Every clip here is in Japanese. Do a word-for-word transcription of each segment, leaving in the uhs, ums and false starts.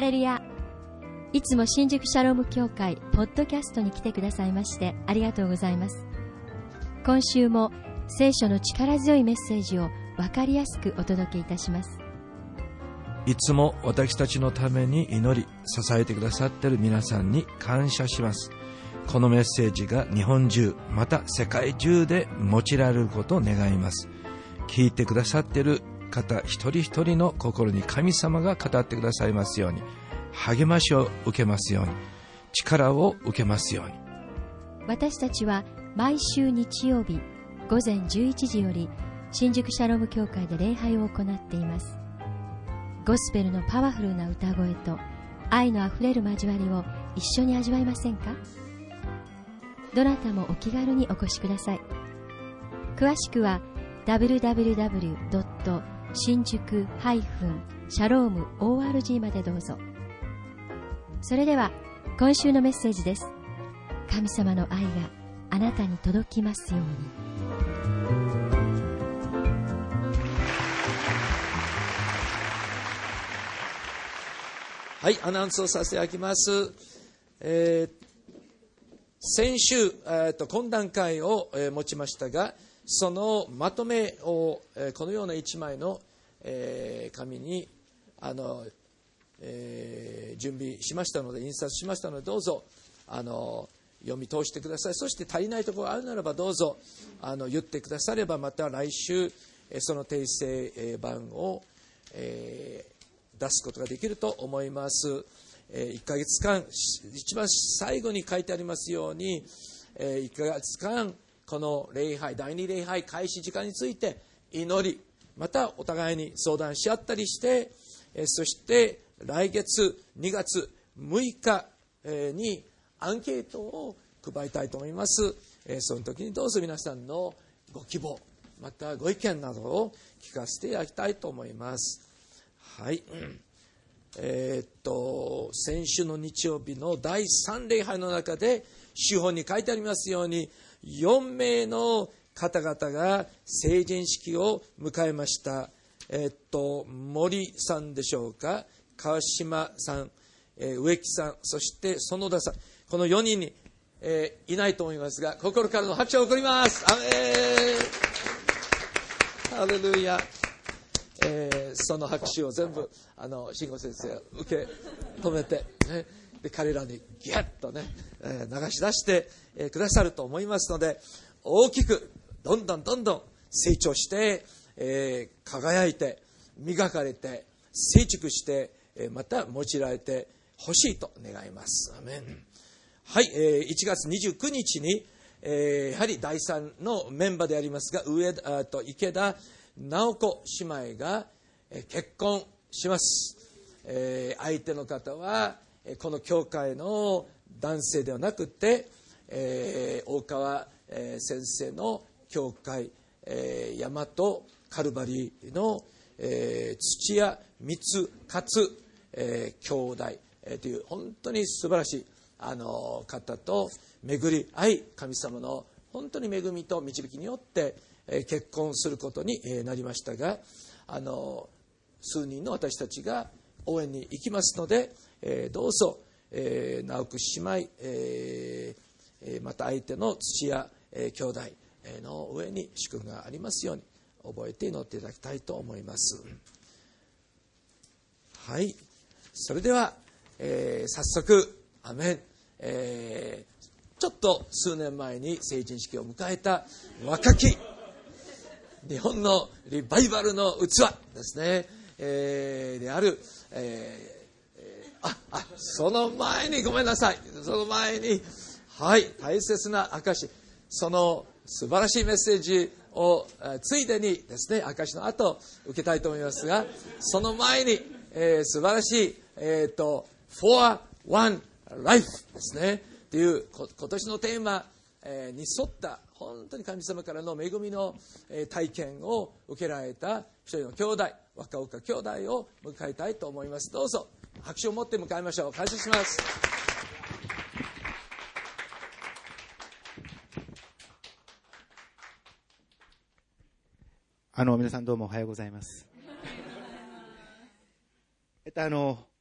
レルヤ。いつも新宿シャローム教会ポッドキャストに来てくださいましてありがとうございます。今週も聖書の力強いメッセージを分かりやすくお届けいたします。 いつも私たちのために祈り支えてくださっている皆さんに感謝します。このメッセージが日本中また世界中で用いられることを願います。聞いてくださっている方一人一人の心に神様が語ってくださいますように、励ましを受けますように、力を受けますように。 私たちは毎週日曜日午前じゅういちじより新宿シャローム教会で礼拝を行っています。ゴスペルのパワフルな歌声と愛のあふれる交わりを一緒に味わいませんか？どなたもお気軽にお越しください。詳しくは ダブリューダブリューダブリュードット新宿シャローム オーアールジー までどうぞ。それでは今週のメッセージです。神様の愛があなたに届きますように。 はい、アナウンスをさせていただきます。えー、先週、えー、と懇談会を、えー、持ちましたが、そのまとめを、えー、このような一枚の、えー、紙にあの、えー、準備しましたので、印刷しましたので、どうぞあの読み通してください。そして足りないところがあるならばどうぞあの言ってくだされば、また来週、えー、その訂正版を、えー、出すことができると思います。えー、いっかげつかん、一番最後に書いてありますように、えー、いっかげつかんこの礼拝、第二礼拝開始時間について祈り、またお互いに相談し合ったりして、えー、そして来月にがつむいかにアンケートを配りたいと思います。えー、その時にどうぞ皆さんのご希望、またご意見などを聞かせていただきたいと思います。はい。えー、っと先週の日曜日のだいさん礼拝の中で手本に書いてありますように、よんめいの方々が成人式を迎えました。えー、っと森さんでしょうか、川島さん、えー、植木さん、そして園田さん、このよにんに、えー、いないと思いますが、心からの拍手を送ります。アメン、ハレルヤ。えー、その拍手を全部あの慎吾先生が受け止めて、ね、で彼らにギュッとね、えー、流し出して、えー、くださると思いますので、大きくどんどんどんどん成長して、えー、輝いて磨かれて成熟して、えー、また用いられてほしいと願います。アメン。はい、えー、いちがつにじゅうくにちに、えー、やはりだいさんのメンバーでありますが、上田と池田直子姉妹が結婚します。えー、相手の方はこの教会の男性ではなくて、えー、大川先生の教会、えー、大和カルバリーの、えー、土屋光勝、えー、兄弟、えー、という本当に素晴らしいあの方と巡り合い、神様の本当に恵みと導きによって結婚することになりましたが、あの数人の私たちが応援に行きますので、えー、どうぞ、えー、直子姉妹、えー、また相手の土屋、えー、兄弟の上に祝福がありますように覚えて祈っていただきたいと思います。はい、それでは、えー、早速アメン、えー、ちょっと数年前に成人式を迎えた若き日本のリバイバルの器ですね、えー、である、えーえー、ああその前にごめんなさいその前にはい大切な証、その素晴らしいメッセージをついでにですね、証の後受けたいと思いますが、その前に、えー、素晴らしい、えー、と For One Life ですねという今年のテーマに沿った本当に神様からの恵みの体験を受けられた一人の兄弟、若岡兄弟を迎えたいと思います。どうぞ拍手を持って迎えましょう。感謝します。 あの皆さんどうもおはようございます。えっとあの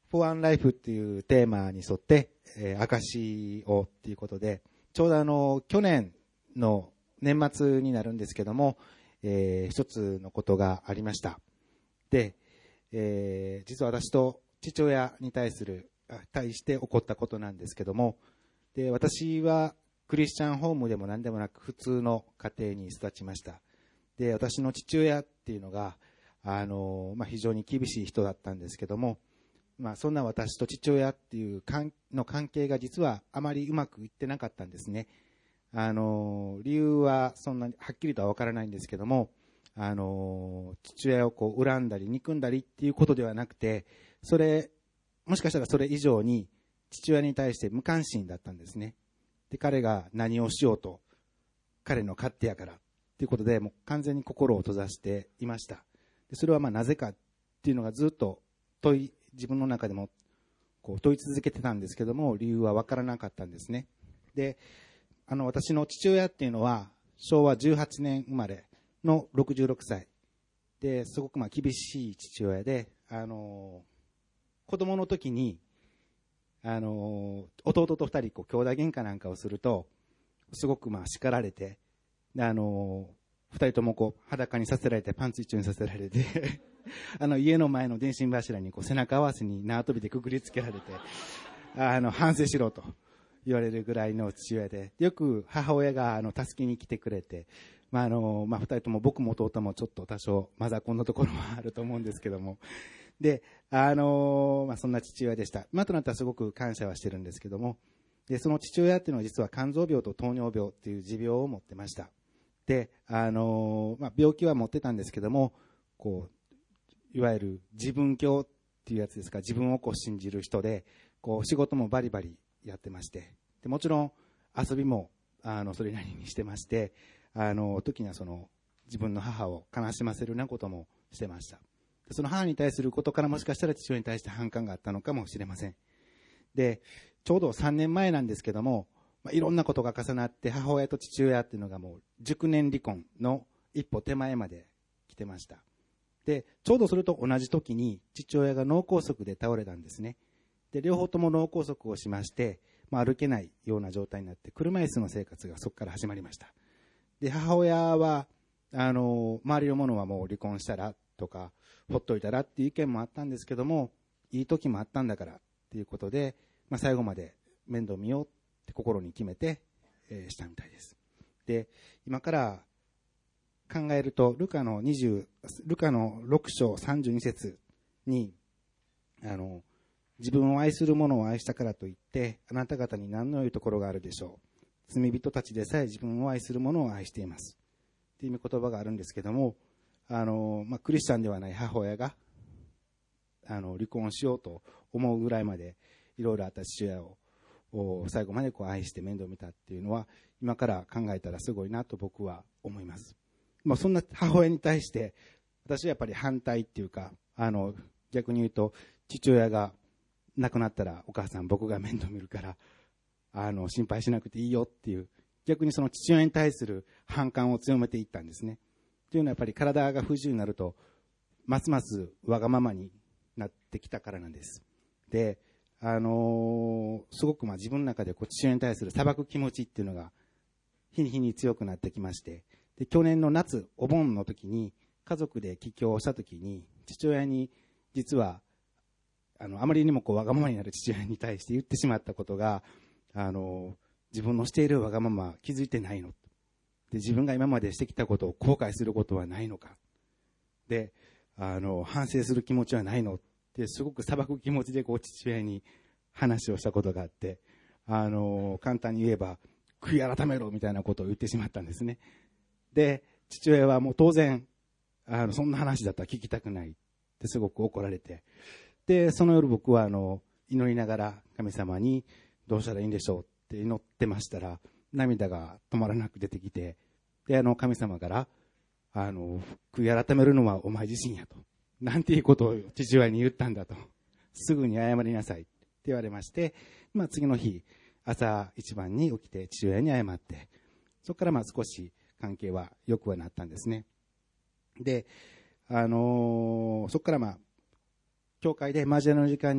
フォーワンライフっていうテーマに沿って、えー、証をっていうことで、ちょうどあの、去年の年末になるんですけども、えー、一つのことがありました。で、えー、実は私と父親に対する、対して起こったことなんですけども、で、私はクリスチャンホームでも何でもなく普通の家庭に育ちました。で、私の父親っていうのが、あの、まあ、非常に厳しい人だったんですけども、まあ、そんな私と父親っていう関の関係が実はあまりうまくいってなかったんですね。あの、理由はそんなにはっきりとは分からないんですけども、あの、父親をこう恨んだり憎んだりっていうことではなくて、それ、もしかしたらそれ以上に父親に対して無関心だったんですね。で、彼が何をしようと、彼の勝手やからっていうことで、もう完全に心を閉ざしていました。で、それはまあなぜかっていうのがずっと問い、自分の中でもこう問い続けてたんですけども、理由は分からなかったんですね。で、あの、私の父親っていうのは、しょうわじゅうはちねん生まれのろくじゅうろくさい。で、すごくまあ厳しい父親で、あの、子供の時に、あの、弟と二人、こう、兄弟喧嘩なんかをすると、すごくまあ叱られて、で、あの、二人ともこう、裸にさせられて、パンツ一丁にさせられて、あの、家の前の電信柱にこう、背中合わせに縄跳びでくくりつけられて、あの、反省しろと言われるぐらいの父親で、よく母親があの、助けに来てくれて、まあ、あの、まあ、二人とも僕も弟もちょっと多少マザコンのところはあると思うんですけども、で、あの、まあ、そんな父親でした。今となったらすごく感謝はしてるんですけども、で、その父親っていうのは実は肝臓病と糖尿病っていう持病を持ってました。で、あの、まあ、病気は持ってたんですけども、こう、いわゆる自分教っていうやつですか、自分をこう信じる人で、こう、仕事もバリバリやってまして、で、もちろん遊びも、あの、それなりにしてまして、あの、時にはその、自分の母を悲しませるようなこともしてました。その母に対することからもしかしたら父親に対して反感があったのかもしれません。で、ちょうどさんねんまえなんですけども、まあ、いろんなことが重なって母親と父親っていうのがもう熟年離婚の一歩手前まで来てました。で、ちょうどそれと同じ時に父親が脳梗塞で倒れたんですね。で、両方とも脳梗塞をしまして、まあ、歩けないような状態になって車椅子の生活がそこから始まりました。で、母親は、あの、周りの者はもう離婚したらとか、ほっといたらっていう意見もあったんですけども、いい時もあったんだからっていうことで、まあ、最後まで面倒見ようって心に決めて、えー、したみたいです。で、今から考えると、ルカのにじゅう、ルカのろくしょうさんじゅうにせつに、あの、自分を愛する者を愛したからといって、あなた方に何の良いところがあるでしょう。罪人たちでさえ自分を愛する者を愛しています。っていう言葉があるんですけども、あの、まあ、クリスチャンではない母親が、あの、離婚しようと思うぐらいまで、いろいろあった父親を、最後までこう愛して面倒を見たっていうのは、今から考えたらすごいなと僕は思います。まあ、そんな母親に対して、私はやっぱり反対っていうか、あの、逆に言うと、父親が亡くなったら、お母さん僕が面倒見るから、あの、心配しなくていいよっていう、逆にその父親に対する反感を強めていったんですね。というのはやっぱり体が不自由になると、ますますわがままになってきたからなんです。で、あのー、すごくまあ自分の中でこう父親に対する裁く気持ちっていうのが日に日に強くなってきまして、で、去年の夏、お盆の時に家族で帰郷した時に、父親に実は、あの、あまりにもこうわがままになる父親に対して言ってしまったことが、あのー、自分のしているわがまま気づいてないの。で、自分が今までしてきたことを後悔することはないのか。で、あの、反省する気持ちはないのって、すごく裁く気持ちでこう父親に話をしたことがあって、あの、簡単に言えば、悔い改めろみたいなことを言ってしまったんですね。で、父親はもう当然、あの、そんな話だったら聞きたくないってすごく怒られて、で、その夜僕はあの、祈りながら神様にどうしたらいいんでしょうって祈ってましたら、涙が止まらなく出てきて、で、あの、神様から、あの、悔い改めるのはお前自身やと。なんていうことを父親に言ったんだと。すぐに謝りなさいって言われまして、まあ次の日、朝一番に起きて父親に謝って、そこからまあ少し関係は良くはなったんですね。で、あのー、そこからまあ、教会で交わりの時間に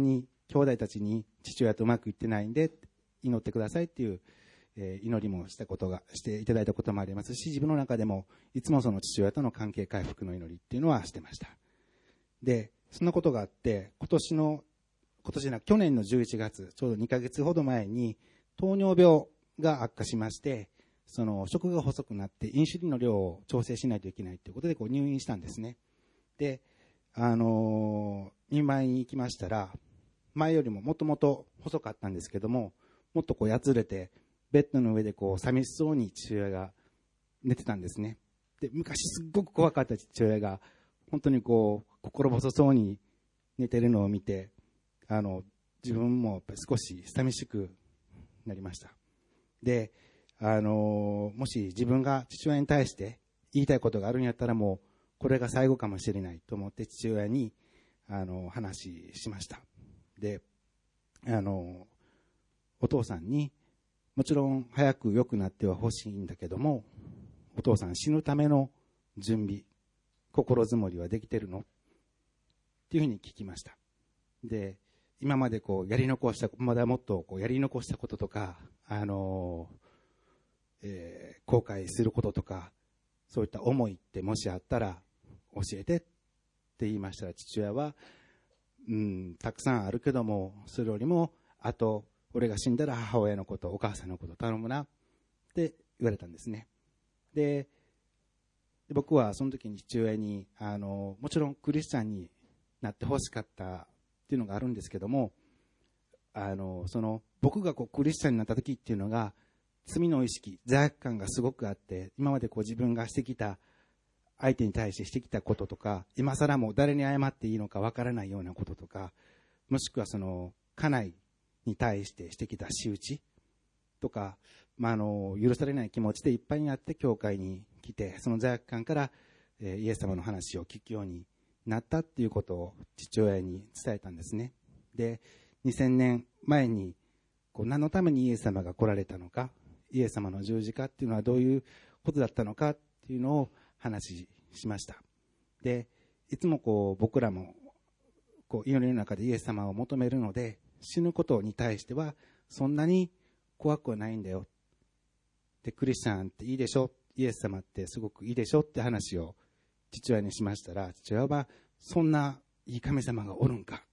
兄弟たちに父親とうまくいってないんで祈ってくださいっていう、えー、祈りもしたことがしていただいたこともありますし、自分の中でもいつもその父親との関係回復の祈りっていうのはしてました。でそんなことがあって、今年の今年な去年のじゅういちがつ、ちょうどにかげつほど前に糖尿病が悪化しまして、その食が細くなってインシュリンの量を調整しないといけないということでこう入院したんですね。で、あのー、入院に行きましたら、前よりももともと細かったんですけども、もっとこうやつれてベッドの上でこう寂しそうに父親が寝てたんですね。で、昔すっごく怖かった父親が本当にこう心細そうに寝てるのを見て、あの自分も少し寂しくなりました。で、あのもし自分が父親に対して言いたいことがあるんやったら、もうこれが最後かもしれないと思って父親にあの話しました。で、あのお父さんに、もちろん早く良くなってはほしいんだけども、お父さん死ぬための準備、心づもりはできてるのっていうふうに聞きました。で、今までこうやり残した、まだもっとこうやり残したこととか、あの、えー、後悔することとか、そういった思いってもしあったら教えてって言いましたら、父親は、うん、たくさんあるけども、それよりも、あと、俺が死んだら母親のこと、お母さんのこと頼むなって言われたんですね。で、僕はその時に父親に、あの、もちろんクリスチャンになってほしかったっていうのがあるんですけども、あの、その、僕がこうクリスチャンになった時っていうのが、罪の意識、罪悪感がすごくあって、今までこう自分がしてきた、相手に対してしてきたこととか、今更もう誰に謝っていいのかわからないようなこととか、もしくはその家内に対してしてきた仕打ちとか、まあ、あの許されない気持ちでいっぱいになって教会に来て、その罪悪感から、えー、イエス様の話を聞くようになったっていうことを父親に伝えたんですね。で、にせんねんまえにこう何のためにイエス様が来られたのか、イエス様の十字架っていうのはどういうことだったのかっていうのを話しました。で、いつもこう僕らもこう祈りの中でイエス様を求めるので、死ぬことに対してはそんなに怖くはないんだよ。で、クリスチャンっていいでしょ、イエス様ってすごくいいでしょって話を父親にしましたら、父親はそんないい神様がおるんか、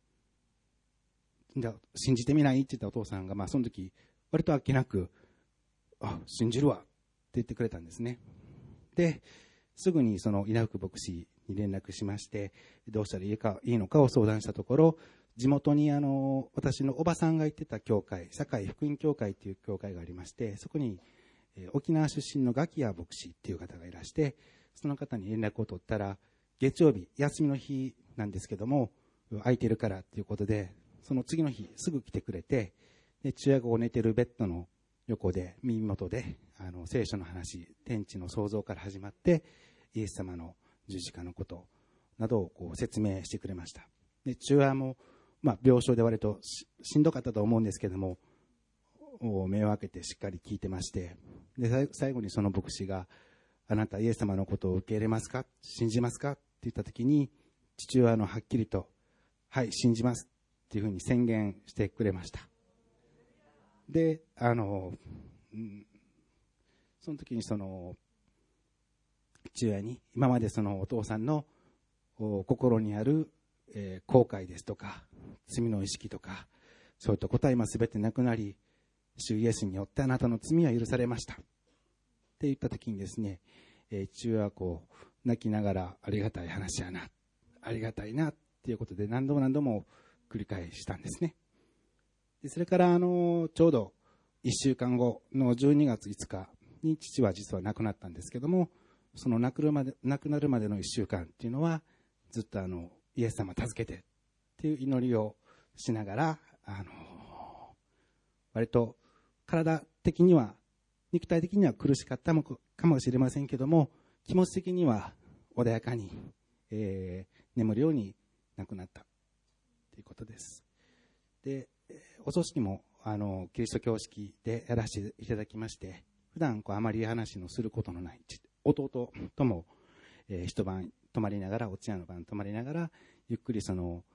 信じてみないって言ったお父さんが、まあその時割とあっけなく、あ、信じるわって言ってくれたんですね。で、すぐにその稲福牧師に連絡しまして、どうしたらいいか、いいのかを相談したところ、地元にあの私のおばさんが行ってた教会、堺福音教会という教会がありまして、そこに、えー、沖縄出身のガキヤ牧師っていう方がいらして、その方に連絡を取ったら、月曜日休みの日なんですけども空いてるからっていうことで、その次の日すぐ来てくれて、で父親が寝てるベッドの横で耳元であの聖書の話、天地の創造から始まってイエス様の十字架のことなどをこう説明してくれました。で父親も、まあ、病床で割と し, しんどかったと思うんですけども、目を開けてしっかり聞いてまして、で最後にその牧師が、あなたイエス様のことを受け入れますか、信じますかって言った時に、父親のはっきりと、はい、信じますっていうふうに宣言してくれました。で、あの、うん、その時にその父親に、今までそのお父さんの心にある、えー、後悔ですとか罪の意識とか、そういったことは今すべてなくなり、主イエスによってあなたの罪は許されましたって言った時にですね、えー、父親はこう泣きながら、ありがたい話やな、ありがたいなっていうことで何度も何度も繰り返したんですね。でそれからあのちょうどいっしゅうかんごのじゅうにがついつかに父は実は亡くなったんですけども、その亡くなるまで、亡くなるまでのいっしゅうかんっていうのはずっとあのイエス様助けてっていう祈りをしながら、あの割と体的には、肉体的には苦しかったかもしれませんけども、気持ち的には穏やかに、えー、眠るように亡くなったということです。で、お葬式もあのキリスト教式でやらせていただきまして、普段こうあまり話のすることのない弟とも、えー、一晩泊まりながら、お通夜の晩泊まりながら、ゆっくりその、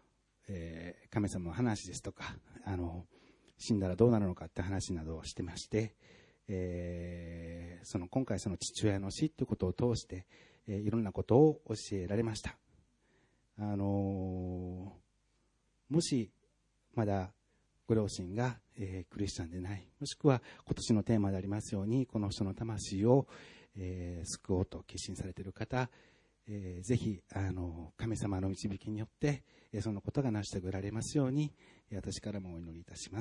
えー、神様の話ですとか、あの死んだらどうなるのかって話などをしてまして、えー、その今回その父親の死ということを通して、えー、いろんなことを教えられました。あのー、もしまだご両親が、えー、クリスチャンでない、もしくは今年のテーマでありますようにこの人の魂を、えー、救おうと決心されている方、えー、ぜひあの神様の導きによって、えー、そのことが成し遂げられますように、私からもお祈りいたします。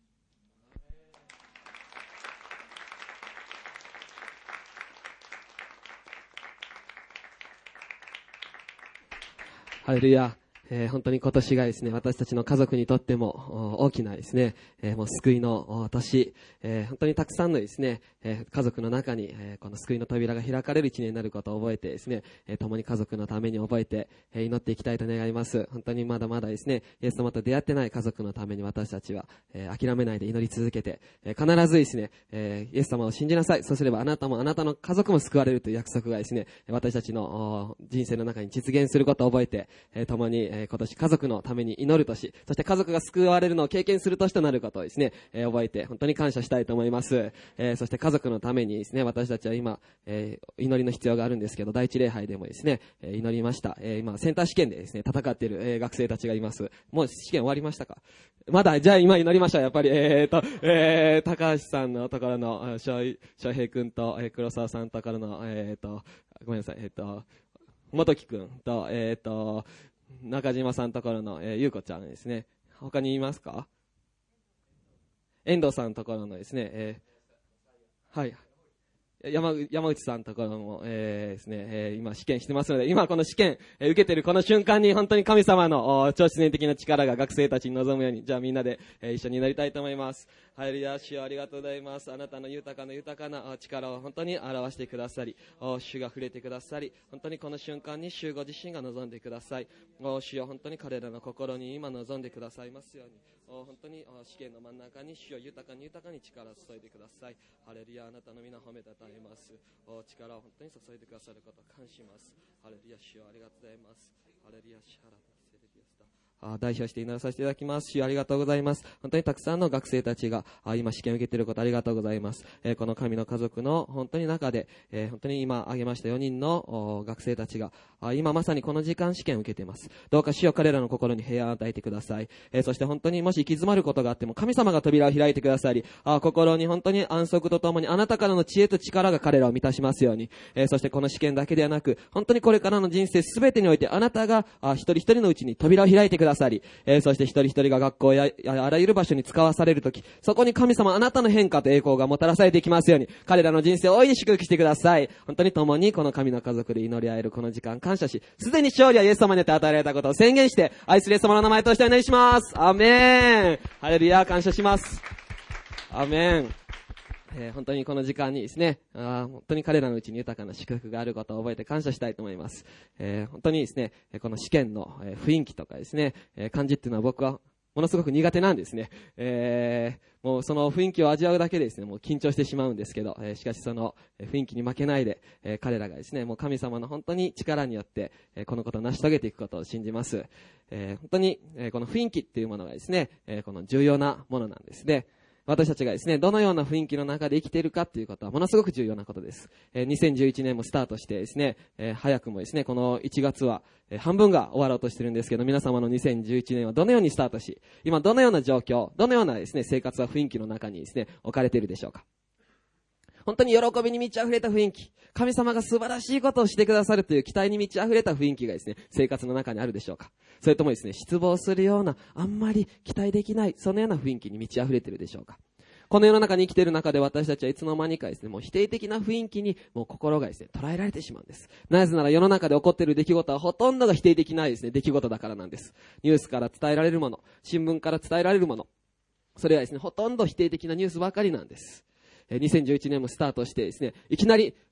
ハレルヤ。えー、本当に今年がですね、私たちの家族にとっても大きなですね、えー、もう救いの年、えー、本当にたくさんのですね、えー、家族の中に、えー、この救いの扉が開かれる一年になることを覚えてですね、えー、共に家族のために覚えて、えー、祈っていきたいと願います。本当にまだまだですね、イエス様と出会ってない家族のために私たちは、えー、諦めないで祈り続けて、えー、必ずですね、えー、イエス様を信じなさい。そうすればあなたもあなたの家族も救われるという約束がですね、私たちの人生の中に実現することを覚えて、えー、共に今年家族のために祈る年、そして家族が救われるのを経験する年となることをですね、えー、覚えて本当に感謝したいと思います。えー、そして家族のためにですね、私たちは今、えー、祈りの必要があるんですけど、第一礼拝でもですね、えー、祈りました。えー、今センター試験でですね、戦っている、えー、学生たちがいます。もう試験終わりましたか？まだ、じゃあ今祈りましょう。やっぱり、えーと、えー、高橋さんのところの、翔平くんと、えー、黒沢さんのところの、えーと、ごめんなさい、えーと、元木くんと、えーと、中島さんのところの、えー、ゆうこちゃんですね。他にいますか？遠藤さんのところのですね、えー、はい。山, 山内さんのところも、えー、ですね、えー、今試験してますので、今この試験、えー、受けてるこの瞬間に本当に神様の超自然的な力が学生たちに臨むように、じゃあみんなで、えー、一緒に祈りたいと思います。ハレルヤ、主よありがとうございます。あなたの豊かな豊かな力を本当に表してくださり、主が触れてくださり、本当にこの瞬間に主ご自身が望んでください。主よ本当に彼らの心に今望んでくださいますように、本当に試験の真ん中に主よ豊かに豊かに力を注いでください。ハレルヤ、あなたの皆褒めたたえます。力を本当に注いでくださることを感謝します。ハレルヤ、主よありがとうございます。ハレルヤ、シャラダセレビアスタ代表して祈らさせていただきます。主よありがとうございます。本当にたくさんの学生たちが今試験を受けていることありがとうございます。えー、この神の家族の本当に中で、えー、本当に今挙げましたよにんの学生たちが今まさにこの時間試験を受けています。どうか主よ彼らの心に平安を与えてください。えー、そして本当にもし行き詰まることがあっても神様が扉を開いてくださり、あ心に本当に安息とともにあなたからの知恵と力が彼らを満たしますように、えー、そしてこの試験だけではなく本当にこれからの人生すべてにおいてあなたがあ一人一人のうちに扉を開いてくださり、えー、そして一人一人が学校やあらゆる場所に使わされるとき、そこに神様あなたの変化と栄光がもたらされていきますように、彼らの人生を大いに祝福してください。本当に共にこの神の家族で祈り合えるこの時間感謝し、すでに勝利はイエス様によって与えられたことを宣言して、愛するイエス様の名前としてお祈りします。アーメン。ハレルヤ、感謝します。アーメン。えー、本当にこの時間にですね、あ本当に彼らのうちに豊かな祝福があることを覚えて感謝したいと思います。えー、本当にですね、この試験の雰囲気とかですね、えー、感じっていうのは僕はものすごく苦手なんですね。えー、もうその雰囲気を味わうだけでですね、もう緊張してしまうんですけど、えー、しかしその雰囲気に負けないで、えー、彼らがですね、もう神様の本当に力によって、えー、このことを成し遂げていくことを信じます。えー、本当に、えー、この雰囲気っていうものがですね、えー、この重要なものなんですね。私たちがですね、どのような雰囲気の中で生きているかということはものすごく重要なことです。えー、にせんじゅういちねんもスタートしてですね、えー、早くもですね、このいちがつは、えー、半分が終わろうとしてるんですけど、皆様のにせんじゅういちねんはどのようにスタートし、今どのような状況、どのようなですね、生活は雰囲気の中にですね、置かれているでしょうか。本当に喜びに満ち溢れた雰囲気、神様が素晴らしいことをしてくださるという期待に満ち溢れた雰囲気がですね、生活の中にあるでしょうか。それともですね、失望するような、あんまり期待できない、そのような雰囲気に満ち溢れているでしょうか。この世の中に生きている中で私たちはいつの間にかですね、もう否定的な雰囲気にもう心がですね、捉えられてしまうんです。なぜなら世の中で起こっている出来事はほとんどが否定的なですね、出来事だからなんです。ニュースから伝えられるもの、新聞から伝えられるもの、それはですね、ほとんど否定的なニュースばかりなんです。にせんじゅういちねんもスタートしてですね、いきなり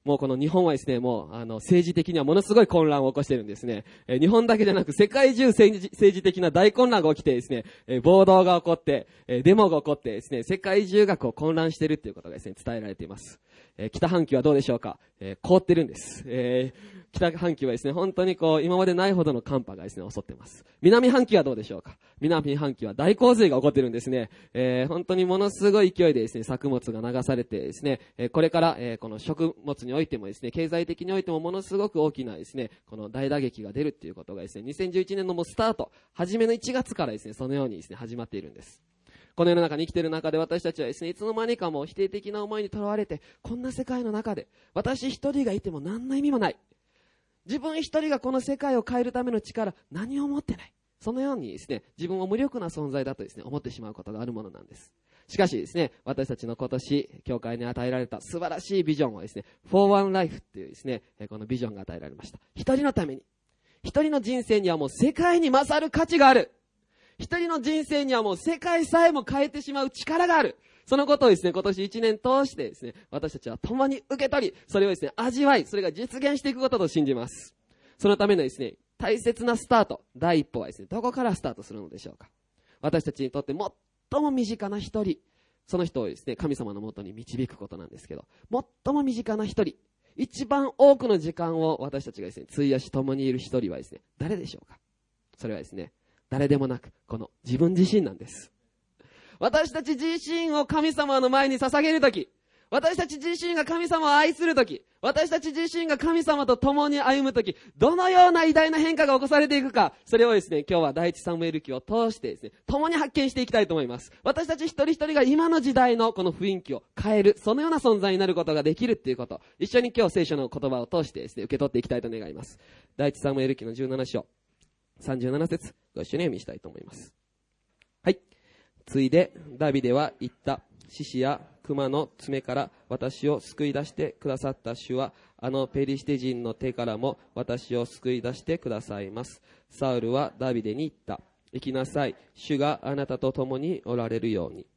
もうこの日本はですね、もうあの政治的にはものすごい混乱を起こしているんですね。えー、日本だけじゃなく世界中政治、政治的な大混乱が起きてですね、えー、暴動が起こって、えー、デモが起こってですね、世界中がこう混乱しているということがですね、伝えられています。えー、北半球はどうでしょうか。えー、凍ってるんです。えー、北半球はですね、本当にこう今までないほどの寒波がですね、襲っています。南半球はどうでしょうか。南半球は大洪水が起こっているんですね。えー、本当にものすごい勢いでですね、作物が流されてですね、えー、これから、えー、この食物においてもですね、経済的においてもものすごく大きなですね、この大打撃が出るっていうことがですね、にせんじゅういちねんのもうスタート、初めのいちがつからですね、そのようにですね、始まっているんです。この世の中に生きている中で私たちはですね、いつの間にかも否定的な思いにとらわれて、こんな世界の中で私一人がいても何の意味もない。自分一人がこの世界を変えるための力、何を持ってない。そのようにですね、自分を無力な存在だとですね、思ってしまうことがあるものなんです。しかしですね、私たちの今年、教会に与えられた素晴らしいビジョンはですね、フォーワンライフっていうですね、このビジョンが与えられました。一人のために。一人の人生にはもう世界に勝る価値がある。一人の人生にはもう世界さえも変えてしまう力がある。そのことをですね、今年一年通してですね、私たちは共に受け取り、それをですね、味わい、それが実現していくことと信じます。そのためのですね、大切なスタート、第一歩はですね、どこからスタートするのでしょうか。私たちにとって最も身近な一人、その人をですね、神様のもとに導くことなんですけど、最も身近な一人、一番多くの時間を私たちがですね、費やし共にいる一人はですね、誰でしょうか。それはですね、誰でもなく、この自分自身なんです。私たち自身を神様の前に捧げるとき、私たち自身が神様を愛するとき、私たち自身が神様と共に歩むとき、どのような偉大な変化が起こされていくか、それをですね、今日は第一サムエル記を通してですね、共に発見していきたいと思います。私たち一人一人が今の時代のこの雰囲気を変える、そのような存在になることができるっていうこと、一緒に今日聖書の言葉を通してですね、受け取っていきたいと願います。第一サムエル記のじゅうなな章、さんじゅうなな節、ご一緒に読みしたいと思います。はい。ついで、ダビデは言った。獅子や熊の爪から私を救い出してくださった主は、あのペリシテ人の手からも私を救い出してくださいます。サウルはダビデに言った。行きなさい。主があなたと共におられるように。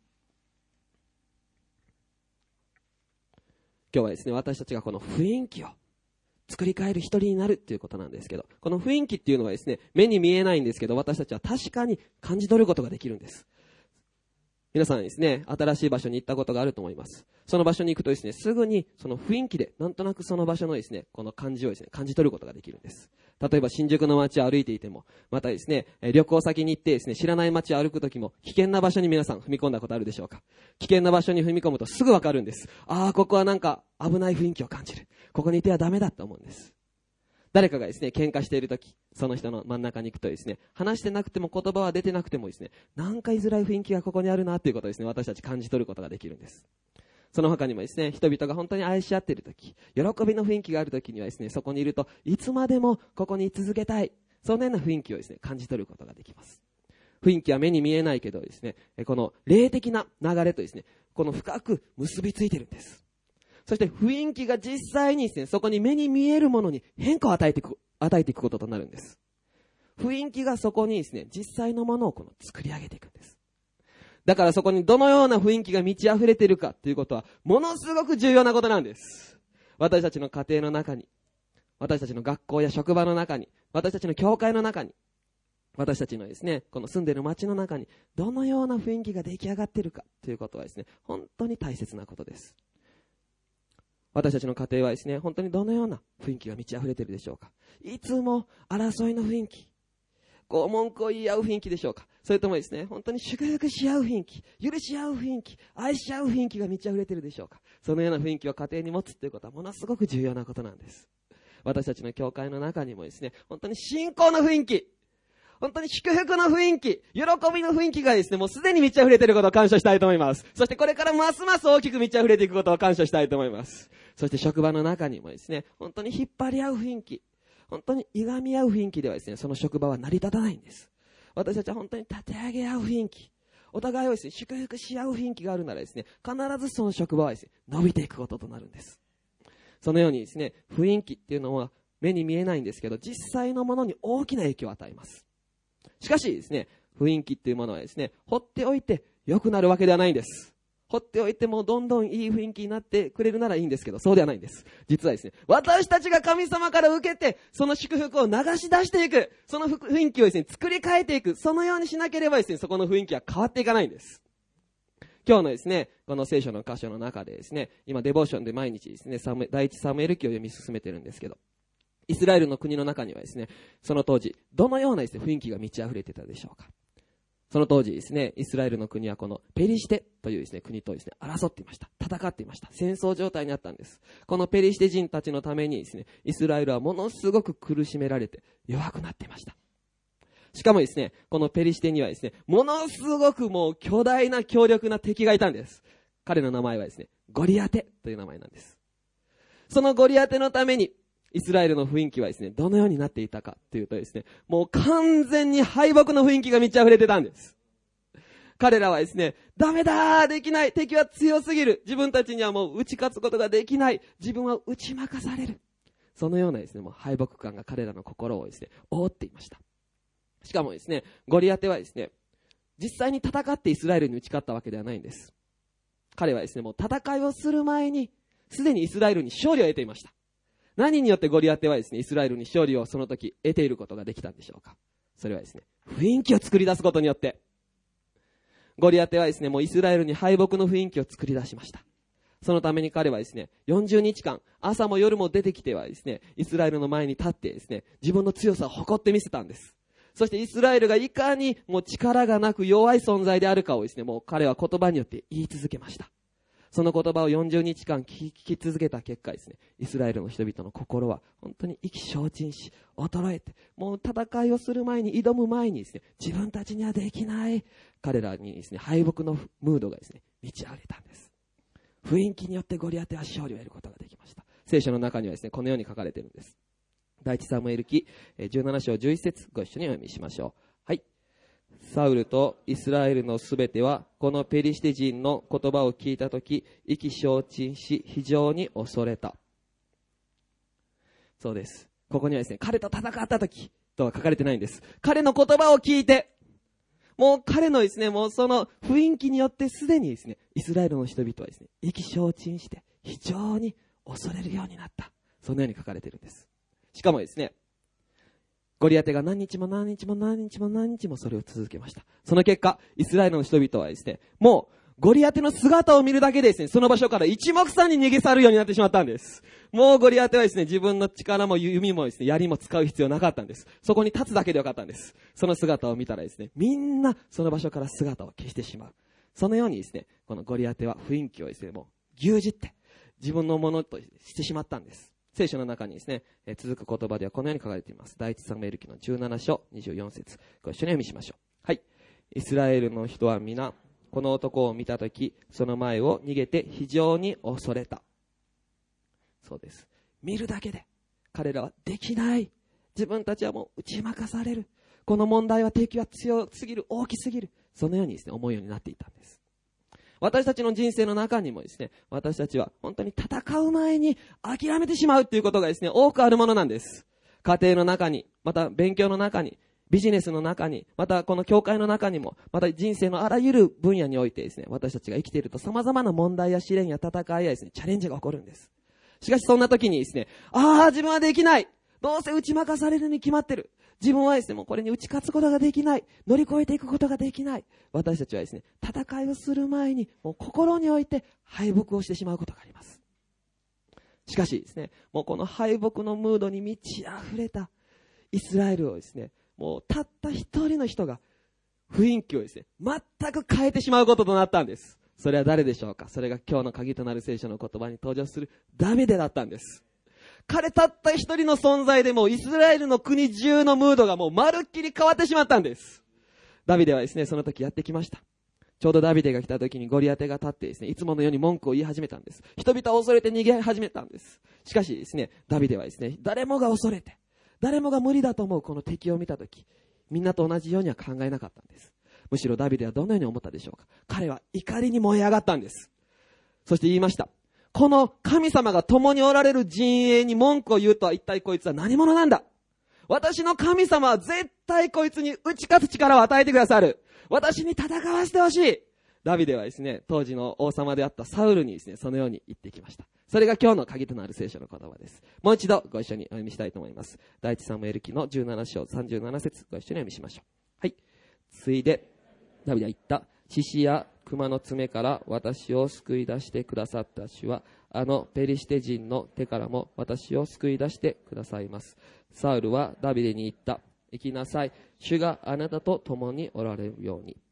今日はですね、私たちがこの雰囲気を作り変える一人になるっていうことなんですけど、この雰囲気っていうのはですね、目に見えないんですけど、私たちは確かに感じ取ることができるんです。皆さんですね、新しい場所に行ったことがあると思います。その場所に行くとですね、すぐにその雰囲気で、なんとなくその場所のですね、この感じをですね、感じ取ることができるんです。例えば新宿の街を歩いていても、またですね、旅行先に行ってですね、知らない街を歩くときも、危険な場所に皆さん踏み込んだことあるでしょうか。危険な場所に踏み込むとすぐわかるんです。ああ、ここはなんか危ない雰囲気を感じる。ここにいてはダメだと思うんです。誰かがですね、喧嘩しているとき、その人の真ん中に行くとですね、話してなくても言葉は出てなくてもですね、なんか居づらい雰囲気がここにあるなということをですね、私たち感じ取ることができるんです。その他にもですね、人々が本当に愛し合っているとき、喜びの雰囲気があるときにはですね、そこにいるといつまでもここに居続けたい、そのような雰囲気をですね、感じ取ることができます。雰囲気は目に見えないけどですね、この霊的な流れとですね、この深く結びついているんです。そして雰囲気が実際にですね、そこに目に見えるものに変化を与えていく、与えていくこととなるんです。雰囲気がそこにですね、実際のものをこの作り上げていくんです。だからそこにどのような雰囲気が満ち溢れているかということは、ものすごく重要なことなんです。私たちの家庭の中に、私たちの学校や職場の中に、私たちの教会の中に、私たちのですね、この住んでいる街の中に、どのような雰囲気が出来上がっているかということはですね、本当に大切なことです。私たちの家庭はですね、本当にどのような雰囲気が満ち溢れているでしょうか。いつも争いの雰囲気、こう文句を言い合う雰囲気でしょうか。それともですね、本当に祝福し合う雰囲気、許し合う雰囲気、愛し合う雰囲気が満ち溢れているでしょうか。そのような雰囲気を家庭に持つということはものすごく重要なことなんです。私たちの教会の中にもですね、本当に信仰の雰囲気、本当に祝福の雰囲気、喜びの雰囲気がですね、もうすでに満ち溢れていることを感謝したいと思います。そしてこれからますます大きく満ち溢れていくことを感謝したいと思います。そして職場の中にもですね、本当に引っ張り合う雰囲気、本当にいがみ合う雰囲気ではですね、その職場は成り立たないんです。私たちは本当に立て上げ合う雰囲気、お互いをですね、祝福し合う雰囲気があるならですね、必ずその職場はですね、伸びていくこととなるんです。そのようにですね、雰囲気っていうのは目に見えないんですけど、実際のものに大きな影響を与えます。しかしですね、雰囲気っていうものはですね、放っておいて良くなるわけではないんです。 放っておいてもどんどんいい雰囲気になってくれるならいいんですけど、そうではないんです。実はですね、私たちが神様から受けて、その祝福を流し出していく、その雰囲気をですね、作り変えていく、そのようにしなければですね、そこの雰囲気は変わっていかないんです。今日のですね、この聖書の箇所の中でですね、今デボーションで毎日ですね、サム第一サムエル記を読み進めてるんですけど、イスラエルの国の中にはですね、その当時、どのようなですね、雰囲気が満ち溢れていたでしょうか。その当時ですね、イスラエルの国はこのペリシテというですね、国とですね、争っていました。戦っていました。戦争状態にあったんです。このペリシテ人たちのためにですね、イスラエルはものすごく苦しめられて弱くなっていました。しかもですね、このペリシテにはですね、ものすごくもう巨大な強力な敵がいたんです。彼の名前はですね、ゴリアテという名前なんです。そのゴリアテのために、イスラエルの雰囲気はですね、どのようになっていたかというとですね、もう完全に敗北の雰囲気が満ち溢れてたんです。彼らはですね、ダメだー、できない、敵は強すぎる、自分たちにはもう打ち勝つことができない、自分は打ち負かされる。そのようなですね、もう敗北感が彼らの心をですね、覆っていました。しかもですね、ゴリアテはですね、実際に戦ってイスラエルに打ち勝ったわけではないんです。彼はですね、もう戦いをする前に、すでにイスラエルに勝利を得ていました。何によってゴリアテはですね、イスラエルに勝利をその時得ていることができたんでしょうか。それはですね、雰囲気を作り出すことによって、ゴリアテはですね、もうイスラエルに敗北の雰囲気を作り出しました。そのために彼はですね、よんじゅうにちかん、朝も夜も出てきてはですね、イスラエルの前に立ってですね、自分の強さを誇ってみせたんです。そしてイスラエルがいかにもう力がなく弱い存在であるかをですね、もう彼は言葉によって言い続けました。その言葉をよんじゅうにちかん聞き続けた結果ですね、イスラエルの人々の心は本当に意気消沈し、衰えて、もう戦いをする前に、挑む前にですね、自分たちにはできない、彼らにですね、敗北のムードがですね、満ち溢れたんです。雰囲気によってゴリアテは勝利を得ることができました。聖書の中にはですね、このように書かれているんです。第一サムエル記じゅうなな章じゅういち節、ご一緒にお読みしましょう。はい。サウルとイスラエルのすべてはこのペリシテ人の言葉を聞いたとき、意気消沈し非常に恐れた。そうです。ここにはですね、彼と戦ったときとは書かれてないんです。彼の言葉を聞いて、もう彼のですね、もうその雰囲気によってすでにですね、イスラエルの人々はですね、意気消沈して非常に恐れるようになった。そのように書かれているんです。しかもですね、ゴリアテが何日も何日も何日も何日もそれを続けました。その結果、イスラエルの人々はですね、もうゴリアテの姿を見るだけでですね、その場所から一目散に逃げ去るようになってしまったんです。もうゴリアテはですね、自分の力も弓もですね、槍も使う必要なかったんです。そこに立つだけでよかったんです。その姿を見たらですね、みんなその場所から姿を消してしまう。そのようにですね、このゴリアテは雰囲気をですね、もう牛耳って自分のものとしてしまったんです。聖書の中にですね、えー、続く言葉ではこのように書かれています。第一サムエル記のじゅうなな章にじゅうよん節、ご一緒に読みしましょう。はい。イスラエルの人は皆この男を見たとき、その前を逃げて非常に恐れた。そうです。見るだけで彼らはできない。自分たちはもう打ち負かされる。この問題は敵は強すぎる、大きすぎる。そのようにですね、思うようになっていたんです。私たちの人生の中にもですね、私たちは本当に戦う前に諦めてしまうということがですね、多くあるものなんです。家庭の中に、また勉強の中に、ビジネスの中に、またこの教会の中にも、また人生のあらゆる分野においてですね、私たちが生きていると様々な問題や試練や戦いやですね、チャレンジが起こるんです。しかしそんな時にですね、ああ、自分はできない。どうせ打ち負かされるに決まってる。自分はですね、もうこれに打ち勝つことができない。乗り越えていくことができない。私たちはですね、戦いをする前に、もう心において敗北をしてしまうことがあります。しかしですね、もうこの敗北のムードに満ち溢れたイスラエルをですね、もうたった一人の人が雰囲気をですね、全く変えてしまうこととなったんです。それは誰でしょうか。それが今日の鍵となる聖書の言葉に登場するダビデだったんです。彼たった一人の存在でもうイスラエルの国中のムードがもうまるっきり変わってしまったんです。ダビデはですね、その時やってきました。ちょうどダビデが来た時にゴリアテが立ってですね、いつものように文句を言い始めたんです。人々は恐れて逃げ始めたんです。しかしですね、ダビデはですね、誰もが恐れて、誰もが無理だと思うこの敵を見た時、みんなと同じようには考えなかったんです。むしろダビデはどのように思ったでしょうか。彼は怒りに燃え上がったんです。そして言いました。この神様が共におられる陣営に文句を言うとは一体こいつは何者なんだ。私の神様は絶対こいつに打ち勝つ力を与えてくださる。私に戦わせてほしい。 ダビデはですね、当時の王様であったサウルにですね、そのように言ってきました。それが今日の鍵となる聖書の言葉です。もう一度ご一緒にお読みしたいと思います。第一サムエル記のじゅうなな章さんじゅうなな節、ご一緒にお読みしましょう。はい。ついで、ダビデは言った。獅子や熊の爪から私を救い出してくださった主は、あのペリシテ人の手からも私を救い出してくださいます。サウルはダビデに言った。行きなさい。主があなたと共におられるように。